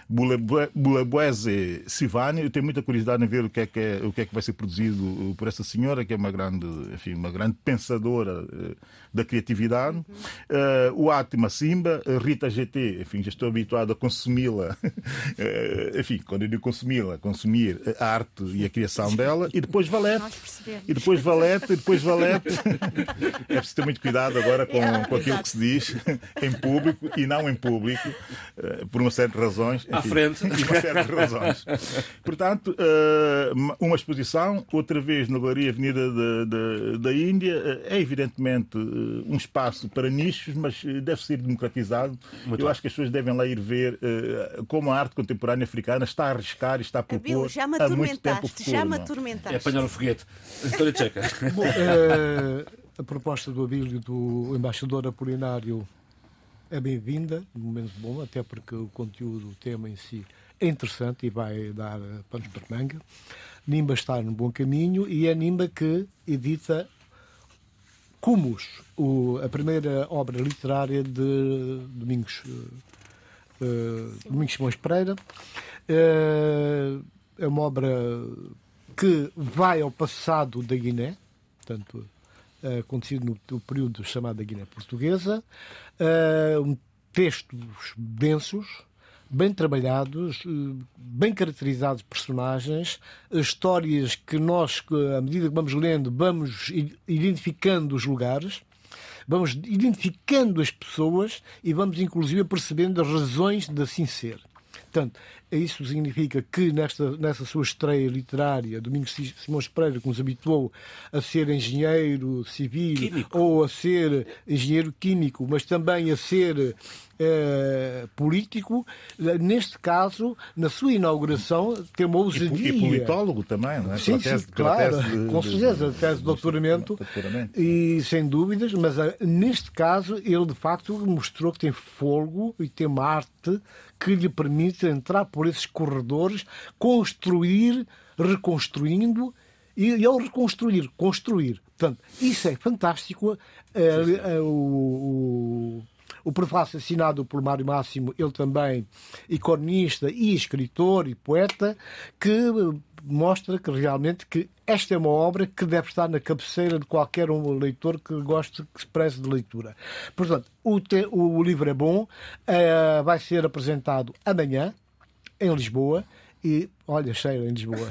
Bulabuese Sivani, eu tenho muita curiosidade em ver o que é que, é, o que é que vai ser produzido por essa senhora, que é uma grande, enfim, uma grande pensadora eh, da criatividade. Uhum. Uh, o Átima Simba, Rita G T, enfim, já estou habituado a consumi-la, uh, enfim, quando eu digo consumi-la, consumir a arte e a criação dela, e depois Valete, e depois Valete, e depois Valete. É preciso ter muito cuidado agora com, é, com aquilo que se diz em público e não em público, uh, por uma série de razões. À frente. E uma série de razões. Portanto, uh, uma exposição, outra vez na Galeria Avenida da, da, da Índia, uh, é evidentemente uh, um espaço para nichos, mas deve ser democratizado. Muito Eu bom. acho que as pessoas devem lá ir ver uh, como a arte contemporânea africana está a arriscar e está a propor já me há muito tempo o futuro. Já me atormentaste. É apanhar o foguete. Vitória Tcheca. Bom, uh, a proposta do Abílio do embaixador Apolinário é bem-vinda, no momento bom, até porque o conteúdo, o tema em si é interessante e vai dar panos para manga. Nimba está no bom caminho e é Nimba que edita Cumos, o, a primeira obra literária de Domingos, uh, Domingos Simões Pereira. Uh, é uma obra que vai ao passado da Guiné, portanto, uh, acontecido no, no período chamado da Guiné Portuguesa. Uh, um textos densos, bem trabalhados, bem caracterizados personagens, histórias que nós, à medida que vamos lendo, vamos identificando os lugares, vamos identificando as pessoas e vamos inclusive percebendo as razões de assim ser. Portanto, isso significa que nesta, nessa sua estreia literária, Domingos Simões Pereira, que nos habituou a ser engenheiro civil químico. ou a ser engenheiro químico, mas também a ser eh, político, neste caso, na sua inauguração, tem uma ousadia. E politólogo também, não é? Sim, tese, sim, claro, tese de, com certeza, a tese de doutoramento, doutoramento, e sem dúvidas, mas neste caso ele de facto mostrou que tem fôlego e tem uma arte que lhe permite entrar por esses corredores, construir, reconstruindo, e ao reconstruir, construir. Portanto, isso é fantástico. É, é, o, o, o prefácio assinado por Mário Máximo, ele também economista e escritor e poeta, que mostra que realmente que esta é uma obra que deve estar na cabeceira de qualquer um leitor que goste, que se preze de leitura. Portanto, o, te, o livro é bom, uh, vai ser apresentado amanhã, em Lisboa, e, olha, cheiro em Lisboa.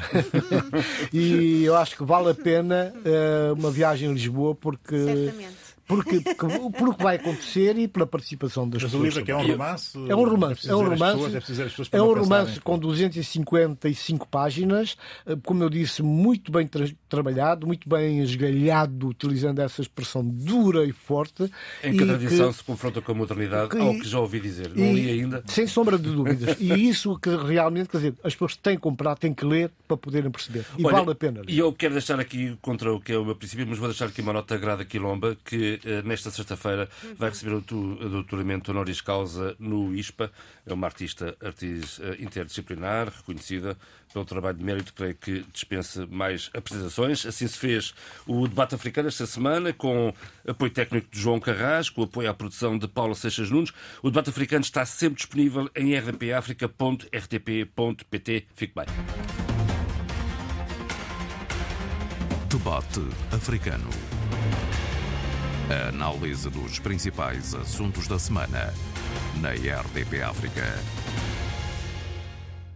E eu acho que vale a pena uh, uma viagem a Lisboa, porque... Certamente. Porque, por o que vai acontecer e pela participação das Mas pessoas. o livro aqui é um romance? É um romance. É um romance, é é um romance com duzentas e cinquenta e cinco páginas, como eu disse, muito bem tra trabalhado, muito bem esgalhado, utilizando essa expressão dura e forte. Em que a tradição se confronta com a modernidade, que, ao que já ouvi dizer. Não li ainda. Sem sombra de dúvidas. E isso que realmente, quer dizer, as pessoas têm que comprar, têm que ler para poderem perceber. E Olha, vale a pena ler. E eu quero deixar aqui, contra o que é o meu princípio, mas vou deixar aqui uma nota grada Quilomba, que nesta sexta-feira vai receber o doutoramento honoris causa no I S P A. É uma artista artis, interdisciplinar, reconhecida pelo trabalho de mérito, creio que dispensa mais apresentações. Assim se fez o debate africano esta semana, com apoio técnico de João Carrasco, com apoio à produção de Paula Seixas Nunes. O debate africano está sempre disponível em r p africa ponto r t p ponto p t. Fique bem. Debate africano. A análise dos principais assuntos da semana na R D P África.